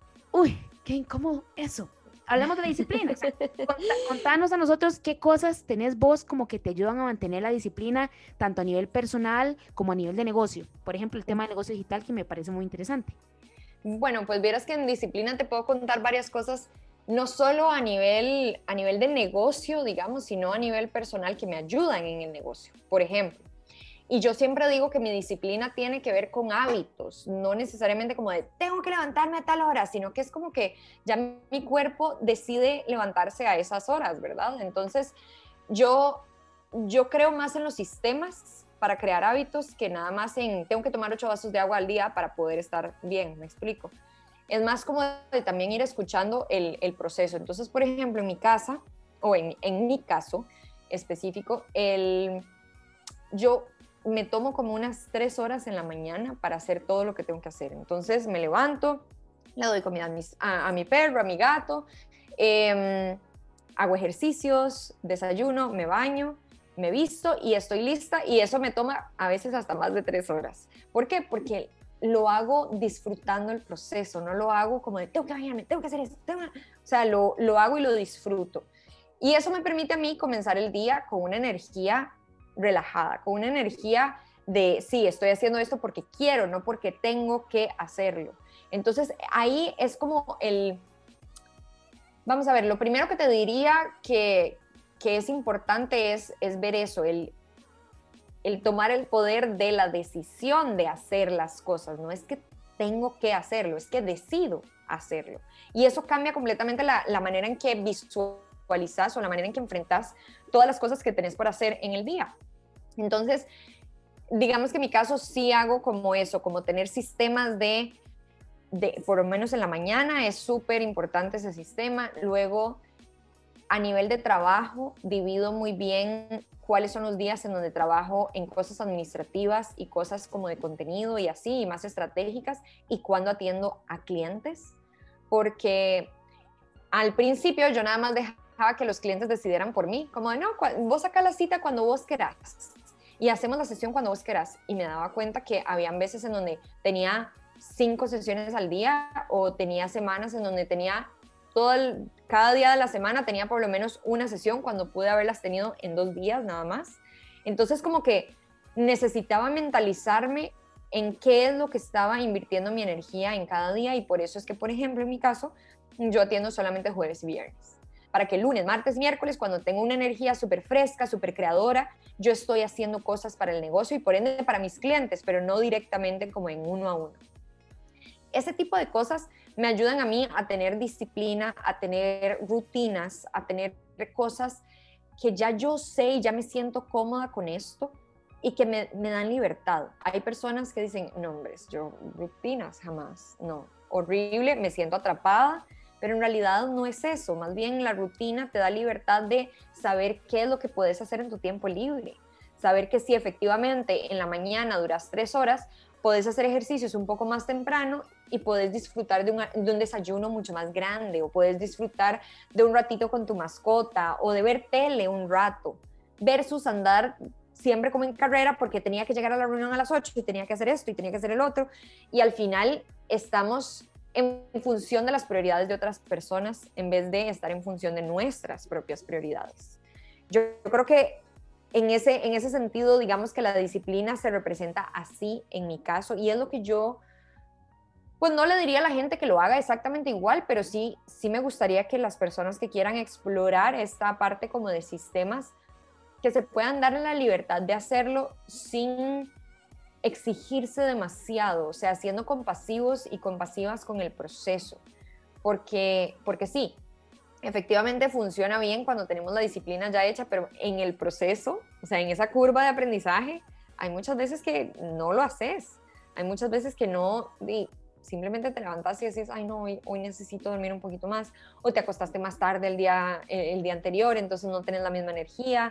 uy, qué incómodo eso. Hablamos de la disciplina. Contá, contanos a nosotros qué cosas tenés vos como que te ayudan a mantener la disciplina, tanto a nivel personal como a nivel de negocio. Por ejemplo, el tema del negocio digital, que me parece muy interesante. Bueno, pues vieras que en disciplina te puedo contar varias cosas no solo a nivel, a nivel de negocio, digamos, sino a nivel personal que me ayudan en el negocio. Por ejemplo, y yo siempre digo que mi disciplina tiene que ver con hábitos, no necesariamente como de tengo que levantarme a tal hora, sino que es como que ya mi cuerpo decide levantarse a esas horas, ¿verdad? Entonces, yo, yo creo más en los sistemas para crear hábitos que nada más en tengo que tomar ocho vasos de agua al día para poder estar bien, me explico. Es más como de también ir escuchando el, el proceso. Entonces, por ejemplo, en mi casa, o en, en mi caso específico, el, yo me tomo como unas tres horas en la mañana para hacer todo lo que tengo que hacer. Entonces me levanto, le doy comida a, mis, a, a mi perro, a mi gato, eh, hago ejercicios, desayuno, me baño, me visto y estoy lista, y eso me toma a veces hasta más de tres horas. ¿Por qué? Porque lo hago disfrutando el proceso, no lo hago como de tengo que bañarme, tengo que hacer esto, tengo que... o sea, lo, lo hago y lo disfruto. Y eso me permite a mí comenzar el día con una energía relajada, con una energía de sí, estoy haciendo esto porque quiero, no porque tengo que hacerlo. Entonces ahí es como el, vamos a ver, lo primero que te diría que, que es importante es, es ver eso, el, el tomar el poder de la decisión de hacer las cosas. No es que tengo que hacerlo, es que decido hacerlo. Y eso cambia completamente la, la manera en que visualizas o la manera en que enfrentas todas las cosas que tenés por hacer en el día. Entonces, digamos que en mi caso sí hago como eso, como tener sistemas de, de por lo menos en la mañana es súper importante ese sistema. Luego, a nivel de trabajo, divido muy bien cuáles son los días en donde trabajo en cosas administrativas y cosas como de contenido y así, y más estratégicas, y cuándo atiendo a clientes, porque al principio yo nada más dejaba que los clientes decidieran por mí, como de no, vos saca la cita cuando vos querás y hacemos la sesión cuando vos querás, y me daba cuenta que habían veces en donde tenía cinco sesiones al día, o tenía semanas en donde tenía todo el, cada día de la semana tenía por lo menos una sesión, cuando pude haberlas tenido en dos días nada más. Entonces como que necesitaba mentalizarme en qué es lo que estaba invirtiendo mi energía en cada día, y por eso es que, por ejemplo, en mi caso, yo atiendo solamente jueves y viernes, para que lunes, martes, miércoles, cuando tengo una energía súper fresca, súper creadora, yo estoy haciendo cosas para el negocio y por ende para mis clientes, pero no directamente como en uno a uno. Ese tipo de cosas me ayudan a mí a tener disciplina, a tener rutinas, a tener cosas que ya yo sé y ya me siento cómoda con esto y que me, me dan libertad. Hay personas que dicen, no, hombres, yo rutinas jamás, no, horrible, me siento atrapada, pero en realidad no es eso. Más bien la rutina te da libertad de saber qué es lo que puedes hacer en tu tiempo libre, saber que si efectivamente en la mañana duras tres horas, puedes hacer ejercicios un poco más temprano y puedes disfrutar de un, de un desayuno mucho más grande, o puedes disfrutar de un ratito con tu mascota, o de ver tele un rato, versus andar siempre como en carrera porque tenía que llegar a la reunión a las ocho y tenía que hacer esto y tenía que hacer el otro, y al final estamos en función de las prioridades de otras personas en vez de estar en función de nuestras propias prioridades. Yo creo que En ese, en ese sentido, digamos que la disciplina se representa así en mi caso, y es lo que yo, pues no le diría a la gente que lo haga exactamente igual, pero sí, sí me gustaría que las personas que quieran explorar esta parte como de sistemas, que se puedan dar la libertad de hacerlo sin exigirse demasiado, o sea, siendo compasivos y compasivas con el proceso, porque, porque sí, efectivamente funciona bien cuando tenemos la disciplina ya hecha, pero en el proceso, o sea, en esa curva de aprendizaje, hay muchas veces que no lo haces, hay muchas veces que no, y simplemente te levantas y decís, ay no, hoy, hoy necesito dormir un poquito más, o te acostaste más tarde el día, el día anterior, entonces no tienes la misma energía,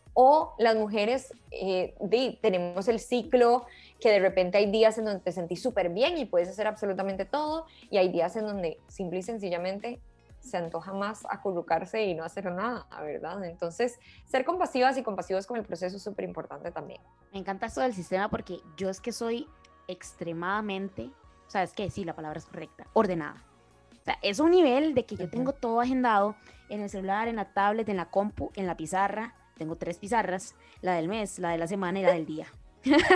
o las mujeres eh, de, tenemos el ciclo que de repente hay días en donde te sentís súper bien y puedes hacer absolutamente todo, y hay días en donde simple y sencillamente se antoja más acurrucarse y no hacer nada, ¿verdad? Entonces, ser compasivas y compasivos con el proceso es súper importante también. Me encanta esto del sistema porque yo es que soy extremadamente, o sea, es que sí, la palabra es correcta, ordenada. O sea, es un nivel de que yo tengo todo agendado en el celular, en la tablet, en la compu, en la pizarra. Tengo tres pizarras, la del mes, la de la semana y la del día.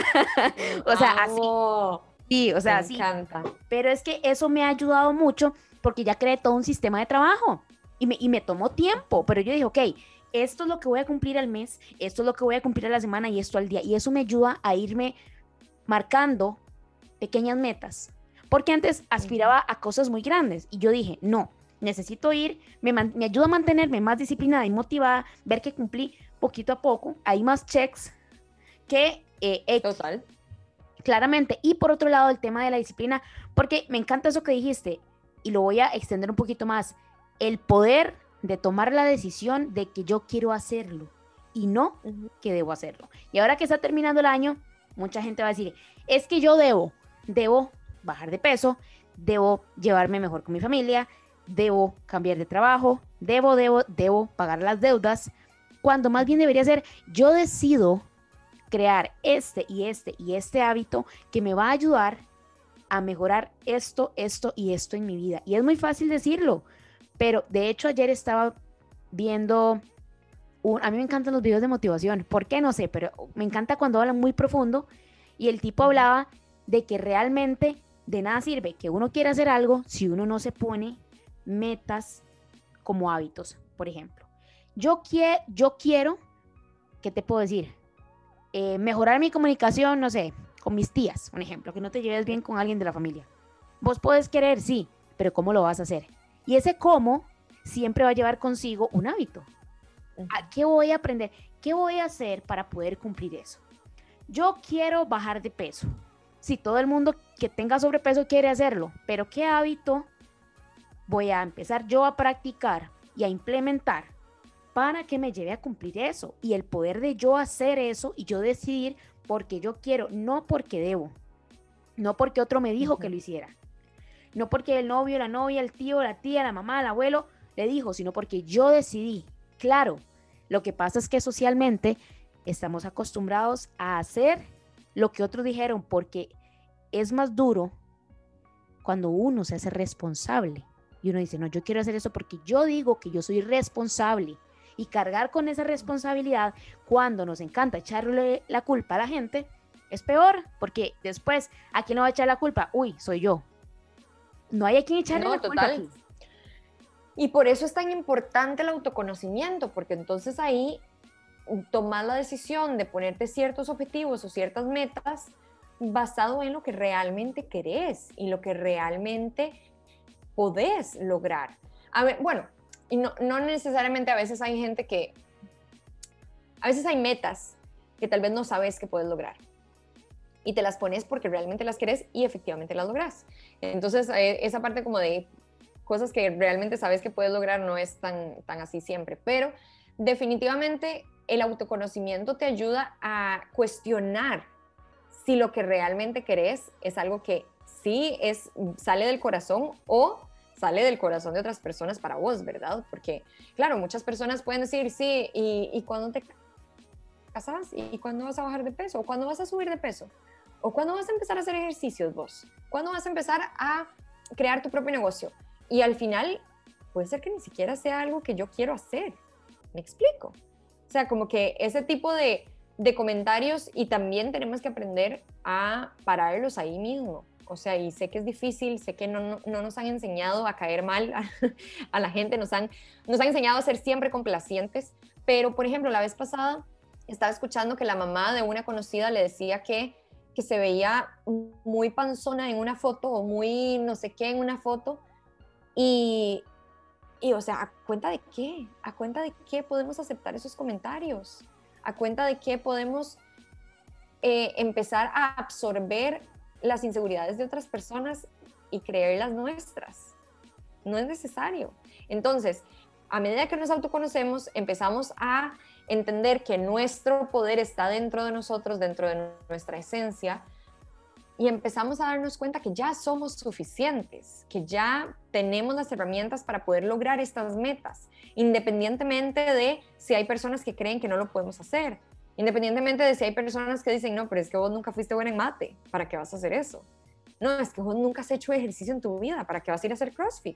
O sea, así. Sí, o sea, me así. encanta. Pero es que eso me ha ayudado mucho porque ya creé todo un sistema de trabajo y me, y me tomó tiempo, pero yo dije, ok, esto es lo que voy a cumplir al mes, esto es lo que voy a cumplir a la semana y esto al día, y eso me ayuda a irme marcando pequeñas metas, porque antes aspiraba a cosas muy grandes y yo dije, no, necesito ir, me, me ayuda a mantenerme más disciplinada y motivada, ver que cumplí poquito a poco, hay más checks que eh, X. Total. Claramente. Y por otro lado, el tema de la disciplina, porque me encanta eso que dijiste y lo voy a extender un poquito más, el poder de tomar la decisión de que yo quiero hacerlo y no uh-huh. que debo hacerlo. Y ahora que está terminando el año, mucha gente va a decir, es que yo debo, debo bajar de peso, debo llevarme mejor con mi familia, debo cambiar de trabajo, debo, debo, debo pagar las deudas, cuando más bien debería ser, yo decido crear este y este y este hábito que me va a ayudar a mejorar esto, esto y esto en mi vida. Y es muy fácil decirlo, pero de hecho ayer estaba viendo, un, a mí me encantan los videos de motivación, ¿por qué? No sé, pero me encanta cuando hablan muy profundo y el tipo hablaba de que realmente de nada sirve que uno quiera hacer algo si uno no se pone metas como hábitos. Por ejemplo, yo, quie- yo quiero, ¿qué te puedo decir? Eh, mejorar mi comunicación, no sé, con mis tías, un ejemplo, que no te lleves bien con alguien de la familia. Vos podés querer, sí, pero ¿cómo lo vas a hacer? Y ese cómo siempre va a llevar consigo un hábito. ¿A qué voy a aprender? ¿Qué voy a hacer para poder cumplir eso? Yo quiero bajar de peso. Si todo el mundo que tenga sobrepeso quiere hacerlo, pero ¿qué hábito voy a empezar yo a practicar y a implementar para que me lleve a cumplir eso? Y el poder de yo hacer eso y yo decidir porque yo quiero, no porque debo, no porque otro me dijo uh-huh. que lo hiciera, no porque el novio, la novia, el tío, la tía, la mamá, el abuelo le dijo, sino porque yo decidí. Claro, lo que pasa es que socialmente estamos acostumbrados a hacer lo que otros dijeron porque es más duro cuando uno se hace responsable y uno dice, no, yo quiero hacer eso porque yo digo que yo soy responsable. Y cargar con esa responsabilidad cuando nos encanta echarle la culpa a la gente es peor, porque después, ¿a quién le va a echar la culpa? Uy, soy yo. No hay a quien echarle no, la total. culpa aquí. Y por eso es tan importante el autoconocimiento, porque entonces ahí tomas la decisión de ponerte ciertos objetivos o ciertas metas basado en lo que realmente querés y lo que realmente podés lograr. A ver, bueno, y no, no necesariamente a veces hay gente que, a veces hay metas que tal vez no sabes que puedes lograr y te las pones porque realmente las querés y efectivamente las logras. Entonces, eh, esa parte como de cosas que realmente sabes que puedes lograr no es tan, tan así siempre, pero definitivamente el autoconocimiento te ayuda a cuestionar si lo que realmente querés es algo que sí es, sale del corazón o sale del corazón de otras personas para vos, ¿verdad? Porque, claro, muchas personas pueden decir, sí, ¿y, y cuándo te casas? ¿Y cuándo vas a bajar de peso? ¿O cuándo vas a subir de peso? ¿O cuándo vas a empezar a hacer ejercicios vos? ¿Cuándo vas a empezar a crear tu propio negocio? Y al final, puede ser que ni siquiera sea algo que yo quiero hacer. ¿Me explico? O sea, como que ese tipo de, de comentarios, y también tenemos que aprender a pararlos ahí mismo. O sea, y sé que es difícil, sé que no, no, no nos han enseñado a caer mal a, a la gente, nos han, nos han enseñado a ser siempre complacientes, pero, por ejemplo, la vez pasada estaba escuchando que la mamá de una conocida le decía que, que se veía muy panzona en una foto o muy no sé qué en una foto, y, y, o sea, ¿a cuenta de qué? ¿A cuenta de qué podemos aceptar esos comentarios? ¿A cuenta de qué podemos eh, empezar a absorber las inseguridades de otras personas y creer las nuestras? No es necesario. Entonces, a medida que nos autoconocemos, empezamos a entender que nuestro poder está dentro de nosotros, dentro de nuestra esencia, y empezamos a darnos cuenta que ya somos suficientes, que ya tenemos las herramientas para poder lograr estas metas, independientemente de si hay personas que creen que no lo podemos hacer, independientemente de si hay personas que dicen, no, pero es que vos nunca fuiste buena en mate, ¿para qué vas a hacer eso? No, es que vos nunca has hecho ejercicio en tu vida, ¿para qué vas a ir a hacer CrossFit?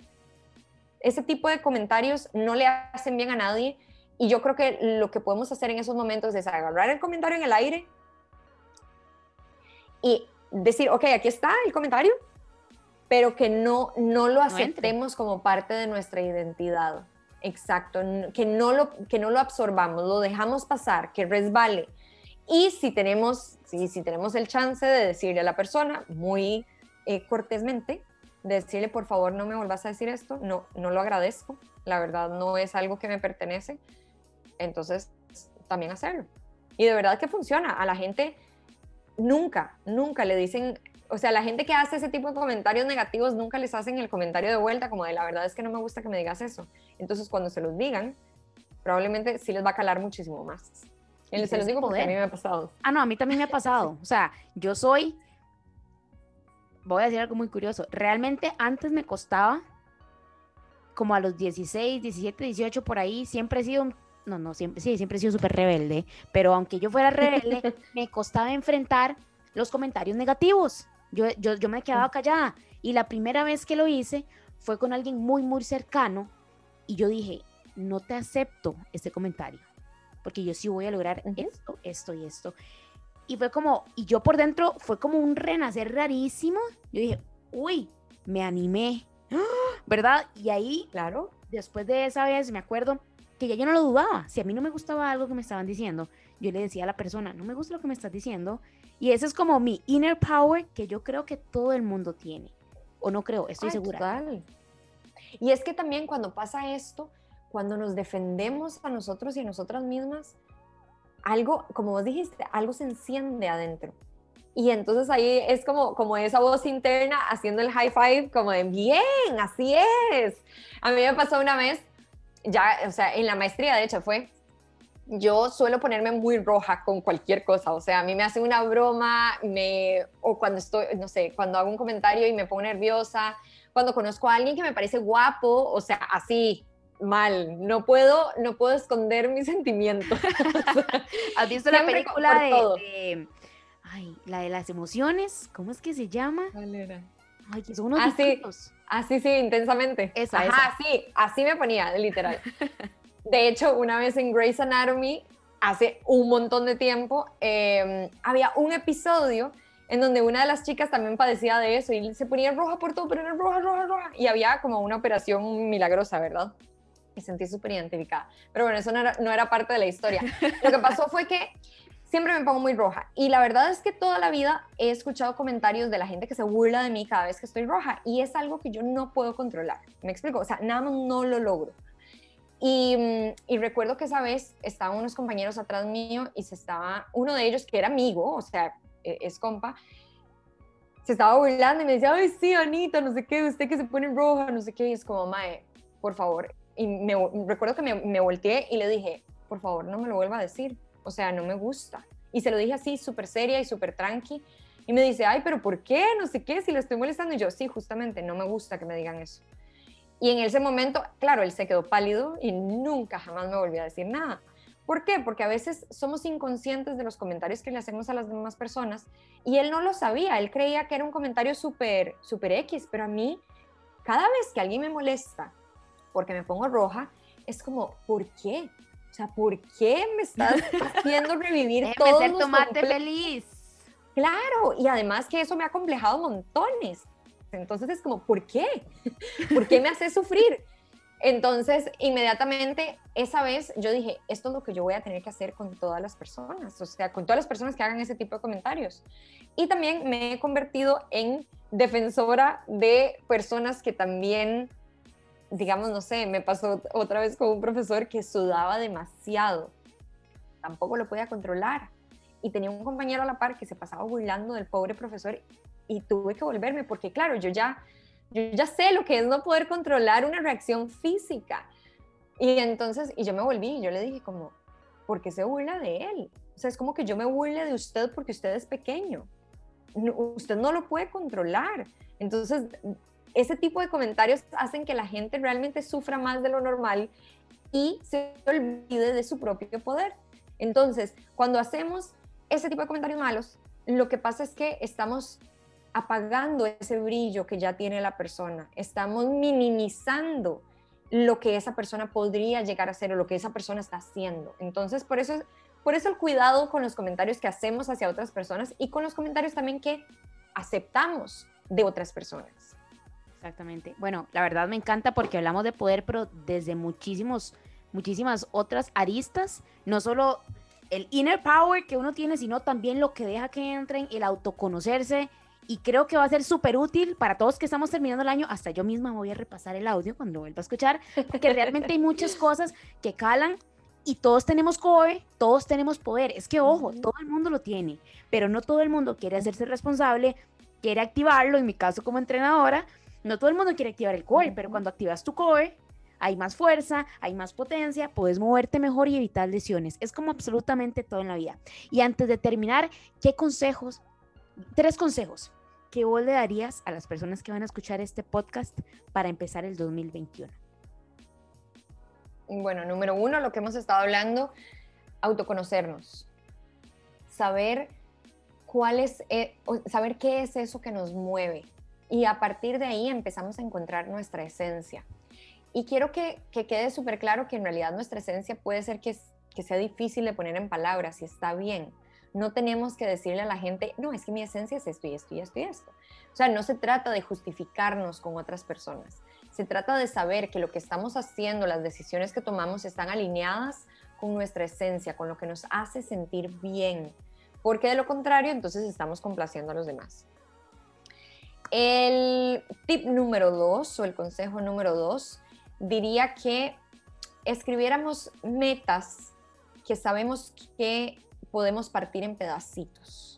Ese tipo de comentarios no le hacen bien a nadie, y yo creo que lo que podemos hacer en esos momentos es agarrar el comentario en el aire y decir, ok, aquí está el comentario, pero que no, no lo No aceptemos entre. como parte de nuestra identidad. Exacto, que no, lo, que no lo absorbamos, lo dejamos pasar, que resbale. Y si tenemos, si, si tenemos el chance de decirle a la persona muy eh, cortésmente, de decirle, por favor, no me vuelvas a decir esto, no, no lo agradezco, la verdad no es algo que me pertenece, entonces también hacerlo. Y de verdad que funciona, a la gente nunca, nunca le dicen, o sea, la gente que hace ese tipo de comentarios negativos nunca les hacen el comentario de vuelta como de la verdad es que no me gusta que me digas eso. Entonces cuando se los digan, probablemente sí les va a calar muchísimo más. Y Y se los ese digo porque a mí poder. me ha pasado. Ah, no, a mí también me ha pasado. O sea, yo soy, voy a decir algo muy curioso. Realmente antes me costaba, como a los dieciséis, diecisiete, dieciocho, por ahí, siempre he sido, un- no, no, siempre, sí, siempre he sido súper rebelde, pero aunque yo fuera rebelde, me costaba enfrentar los comentarios negativos. Yo, yo, yo me quedaba callada. Y la primera vez que lo hice fue con alguien muy, muy cercano. Y yo dije, no te acepto este comentario, porque yo sí voy a lograr Uh-huh. esto, esto y esto. Y fue como, y yo por dentro fue como un renacer rarísimo. Yo dije, uy, me animé, ¿verdad? Y ahí, Claro. después de esa vez, me acuerdo que ya yo no lo dudaba. Si a mí no me gustaba algo que me estaban diciendo, yo le decía a la persona, no me gusta lo que me estás diciendo. Y ese es como mi inner power que yo creo que todo el mundo tiene. O no creo, estoy Ay, segura. total. Y es que también cuando pasa esto, cuando nos defendemos a nosotros y a nosotras mismas, algo, como vos dijiste, algo se enciende adentro. Y entonces ahí es como, como esa voz interna haciendo el high five, como de bien, así es. A mí me pasó una vez, ya, o sea, en la maestría de hecho fue, yo suelo ponerme muy roja con cualquier cosa, o sea, a mí me hace una broma, me, o cuando estoy, no sé, cuando hago un comentario y me pongo nerviosa, cuando conozco a alguien que me parece guapo, o sea, así, mal, no puedo, no puedo esconder mis sentimientos. ¿Has visto la Siempre película por de, todo. de, ay, la de las emociones? ¿Cómo es que se llama? ¿Cuál era? Ay, que son unos Ah, sí, bichitos. así sí, intensamente. Esa, Ajá, esa. sí, así me ponía, literal. De hecho, una vez en Grey's Anatomy, hace un montón de tiempo, eh, había un episodio en donde una de las chicas también padecía de eso y se ponía roja por todo, pero era roja, roja, roja. Y había como una operación milagrosa, ¿verdad? Me sentí súper identificada. Pero bueno, eso no era, no era parte de la historia. Lo que pasó fue que siempre me pongo muy roja. Y la verdad es que toda la vida he escuchado comentarios de la gente que se burla de mí cada vez que estoy roja. Y es algo que yo no puedo controlar. ¿Me explico? O sea, nada más no lo logro. Y, y recuerdo que esa vez estaban unos compañeros atrás mío y se estaba, uno de ellos que era amigo, o sea, es compa, se estaba burlando y me decía, ay, sí, Anita, no sé qué, usted que se pone roja, no sé qué. Y es como, mae, por favor. Y me, recuerdo que me, me volteé y le dije, por favor, no me lo vuelva a decir. O sea, no me gusta. Y se lo dije así, súper seria y súper tranqui. Y me dice, ay, pero ¿por qué? No sé qué, si lo estoy molestando. Y yo, sí, justamente, no me gusta que me digan eso. Y en ese momento, claro, él se quedó pálido y nunca jamás me volvió a decir nada. ¿Por qué? Porque a veces somos inconscientes de los comentarios que le hacemos a las demás personas y él no lo sabía, él creía que era un comentario súper, súper X, pero a mí, cada vez que alguien me molesta porque me pongo roja, es como, ¿por qué? O sea, ¿por qué me estás haciendo revivir Déjeme todos ser los tomate complejos? feliz. Claro, y además que eso me ha complejado montones. Entonces es como, ¿por qué? ¿Por qué me hace sufrir? Entonces, inmediatamente, esa vez yo dije, esto es lo que yo voy a tener que hacer con todas las personas, o sea, con todas las personas que hagan ese tipo de comentarios. Y también me he convertido en defensora de personas que también, digamos, no sé, me pasó otra vez con un profesor que sudaba demasiado, tampoco lo podía controlar. Y tenía un compañero a la par que se pasaba burlando del pobre profesor y tuve que volverme porque, claro, yo ya... Yo ya sé lo que es no poder controlar una reacción física. Y entonces, y yo me volví y yo le dije como, ¿por qué se burla de él? O sea, es como que yo me burle de usted porque usted es pequeño. No, usted no lo puede controlar. Entonces, ese tipo de comentarios hacen que la gente realmente sufra más de lo normal y se olvide de su propio poder. Entonces, cuando hacemos ese tipo de comentarios malos, lo que pasa es que estamos apagando ese brillo que ya tiene la persona, estamos minimizando lo que esa persona podría llegar a ser o lo que esa persona está haciendo. Entonces, por eso, por eso el cuidado con los comentarios que hacemos hacia otras personas y con los comentarios también que aceptamos de otras personas. Exactamente. Bueno, la verdad me encanta porque hablamos de poder, pero desde muchísimos, muchísimas otras aristas, no solo el inner power que uno tiene, sino también lo que deja que entren, el autoconocerse, y creo que va a ser súper útil para todos que estamos terminando el año. Hasta yo misma voy a repasar el audio cuando lo vuelva a escuchar, porque realmente hay muchas cosas que calan y todos tenemos core, todos tenemos poder. Es que, ojo, todo el mundo lo tiene, pero no todo el mundo quiere hacerse responsable, quiere activarlo. En mi caso como entrenadora, no todo el mundo quiere activar el core, pero cuando activas tu core, hay más fuerza, hay más potencia, puedes moverte mejor y evitar lesiones. Es como absolutamente todo en la vida. Y antes de terminar, ¿qué consejos? Tres consejos que vos le darías a las personas que van a escuchar este podcast para empezar el dos mil veintiuno. Bueno, número uno, lo que hemos estado hablando, autoconocernos. Saber cuál es, eh, saber qué es eso que nos mueve. Y a partir de ahí empezamos a encontrar nuestra esencia. Y quiero que, que quede súper claro que en realidad nuestra esencia puede ser que, que sea difícil de poner en palabras y está bien. No tenemos que decirle a la gente, no, es que mi esencia es esto y esto y esto y esto. O sea, no se trata de justificarnos con otras personas. Se trata de saber que lo que estamos haciendo, las decisiones que tomamos están alineadas con nuestra esencia, con lo que nos hace sentir bien. Porque de lo contrario, entonces estamos complaciendo a los demás. El tip número dos o el consejo número dos, diría que escribiéramos metas que sabemos que podemos partir en pedacitos.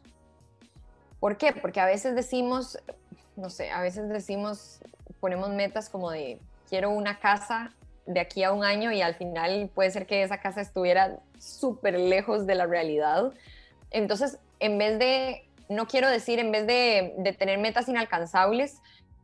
¿Por qué? Porque a veces decimos, no sé, a veces decimos, ponemos metas como de quiero una casa de aquí a un año y al final puede ser que esa casa estuviera súper lejos de la realidad. Entonces, en vez de, no quiero decir, en vez de, de tener metas inalcanzables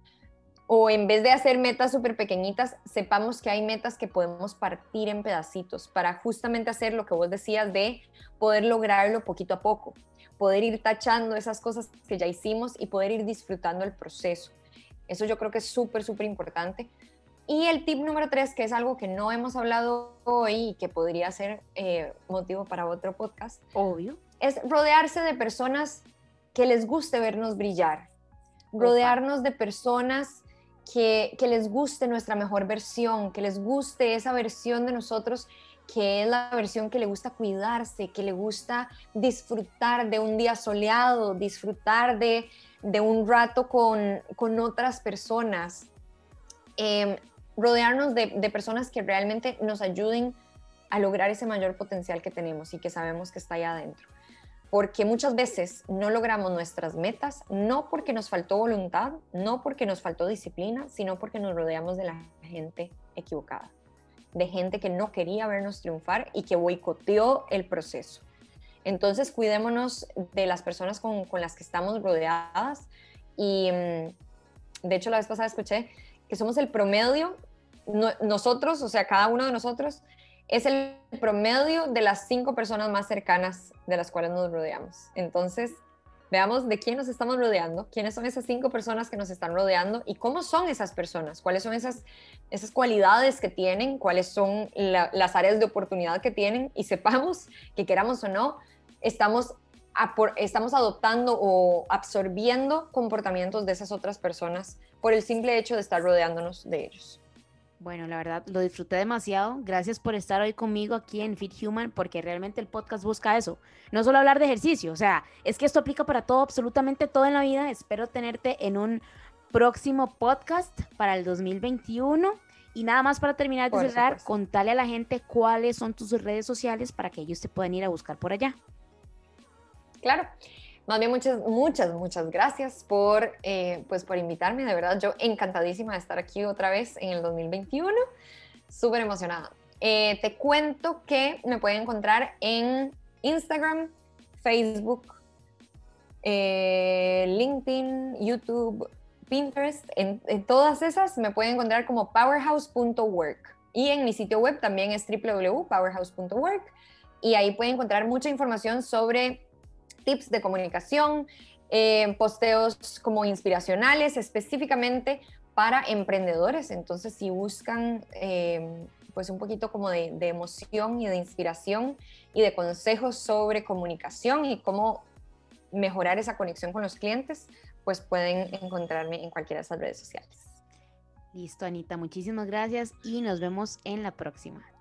o en vez de hacer metas súper pequeñitas, sepamos que hay metas que podemos partir en pedacitos para justamente hacer lo que vos decías de poder lograrlo poquito a poco, poder ir tachando esas cosas que ya hicimos y poder ir disfrutando el proceso. Eso yo creo que es súper, súper importante. Y el tip número tres, que es algo que no hemos hablado hoy y que podría ser eh, motivo para otro podcast. Obvio. Es rodearse de personas que les guste vernos brillar. Rodearnos Opa. de personas que, que les guste nuestra mejor versión, que les guste esa versión de nosotros que es la versión que le gusta cuidarse, que le gusta disfrutar de un día soleado, disfrutar de, de un rato con, con otras personas. Eh, rodearnos de, de personas que realmente nos ayuden a lograr ese mayor potencial que tenemos y que sabemos que está allá adentro. Porque muchas veces no logramos nuestras metas, no porque nos faltó voluntad, no porque nos faltó disciplina, sino porque nos rodeamos de la gente equivocada, de gente que no quería vernos triunfar y que boicoteó el proceso. Entonces, cuidémonos de las personas con, con las que estamos rodeadas. Y de hecho, la vez pasada escuché que somos el promedio, no, nosotros, o sea, cada uno de nosotros, es el promedio de las cinco personas más cercanas de las cuales nos rodeamos. Entonces, veamos de quién nos estamos rodeando, quiénes son esas cinco personas que nos están rodeando y cómo son esas personas, cuáles son esas, esas cualidades que tienen, cuáles son la, las áreas de oportunidad que tienen, y sepamos que, queramos o no, estamos, a por, estamos adoptando o absorbiendo comportamientos de esas otras personas por el simple hecho de estar rodeándonos de ellos. Bueno, la verdad, lo disfruté demasiado. Gracias por estar hoy conmigo aquí en Fit Human, porque realmente el podcast busca eso. No solo hablar de ejercicio, o sea, es que esto aplica para todo, absolutamente todo en la vida. Espero tenerte en un próximo podcast para el dos mil veintiuno. Y nada más para terminar de cerrar, contale a la gente cuáles son tus redes sociales para que ellos te puedan ir a buscar por allá. Claro. Más bien, muchas, muchas, muchas gracias por, eh, pues por invitarme. De verdad, yo encantadísima de estar aquí otra vez en el dos mil veintiuno. Súper emocionada. Eh, te cuento que me pueden encontrar en Instagram, Facebook, eh, LinkedIn, YouTube, Pinterest. En, en todas esas me pueden encontrar como powerhouse punto work. Y en mi sitio web también es w w w punto powerhouse punto work. Y ahí pueden encontrar mucha información sobre tips de comunicación, eh, posteos como inspiracionales específicamente para emprendedores. Entonces, si buscan eh, pues un poquito como de, de emoción y de inspiración y de consejos sobre comunicación y cómo mejorar esa conexión con los clientes, pues pueden encontrarme en cualquiera de esas redes sociales. Listo, Anita, muchísimas gracias y nos vemos en la próxima.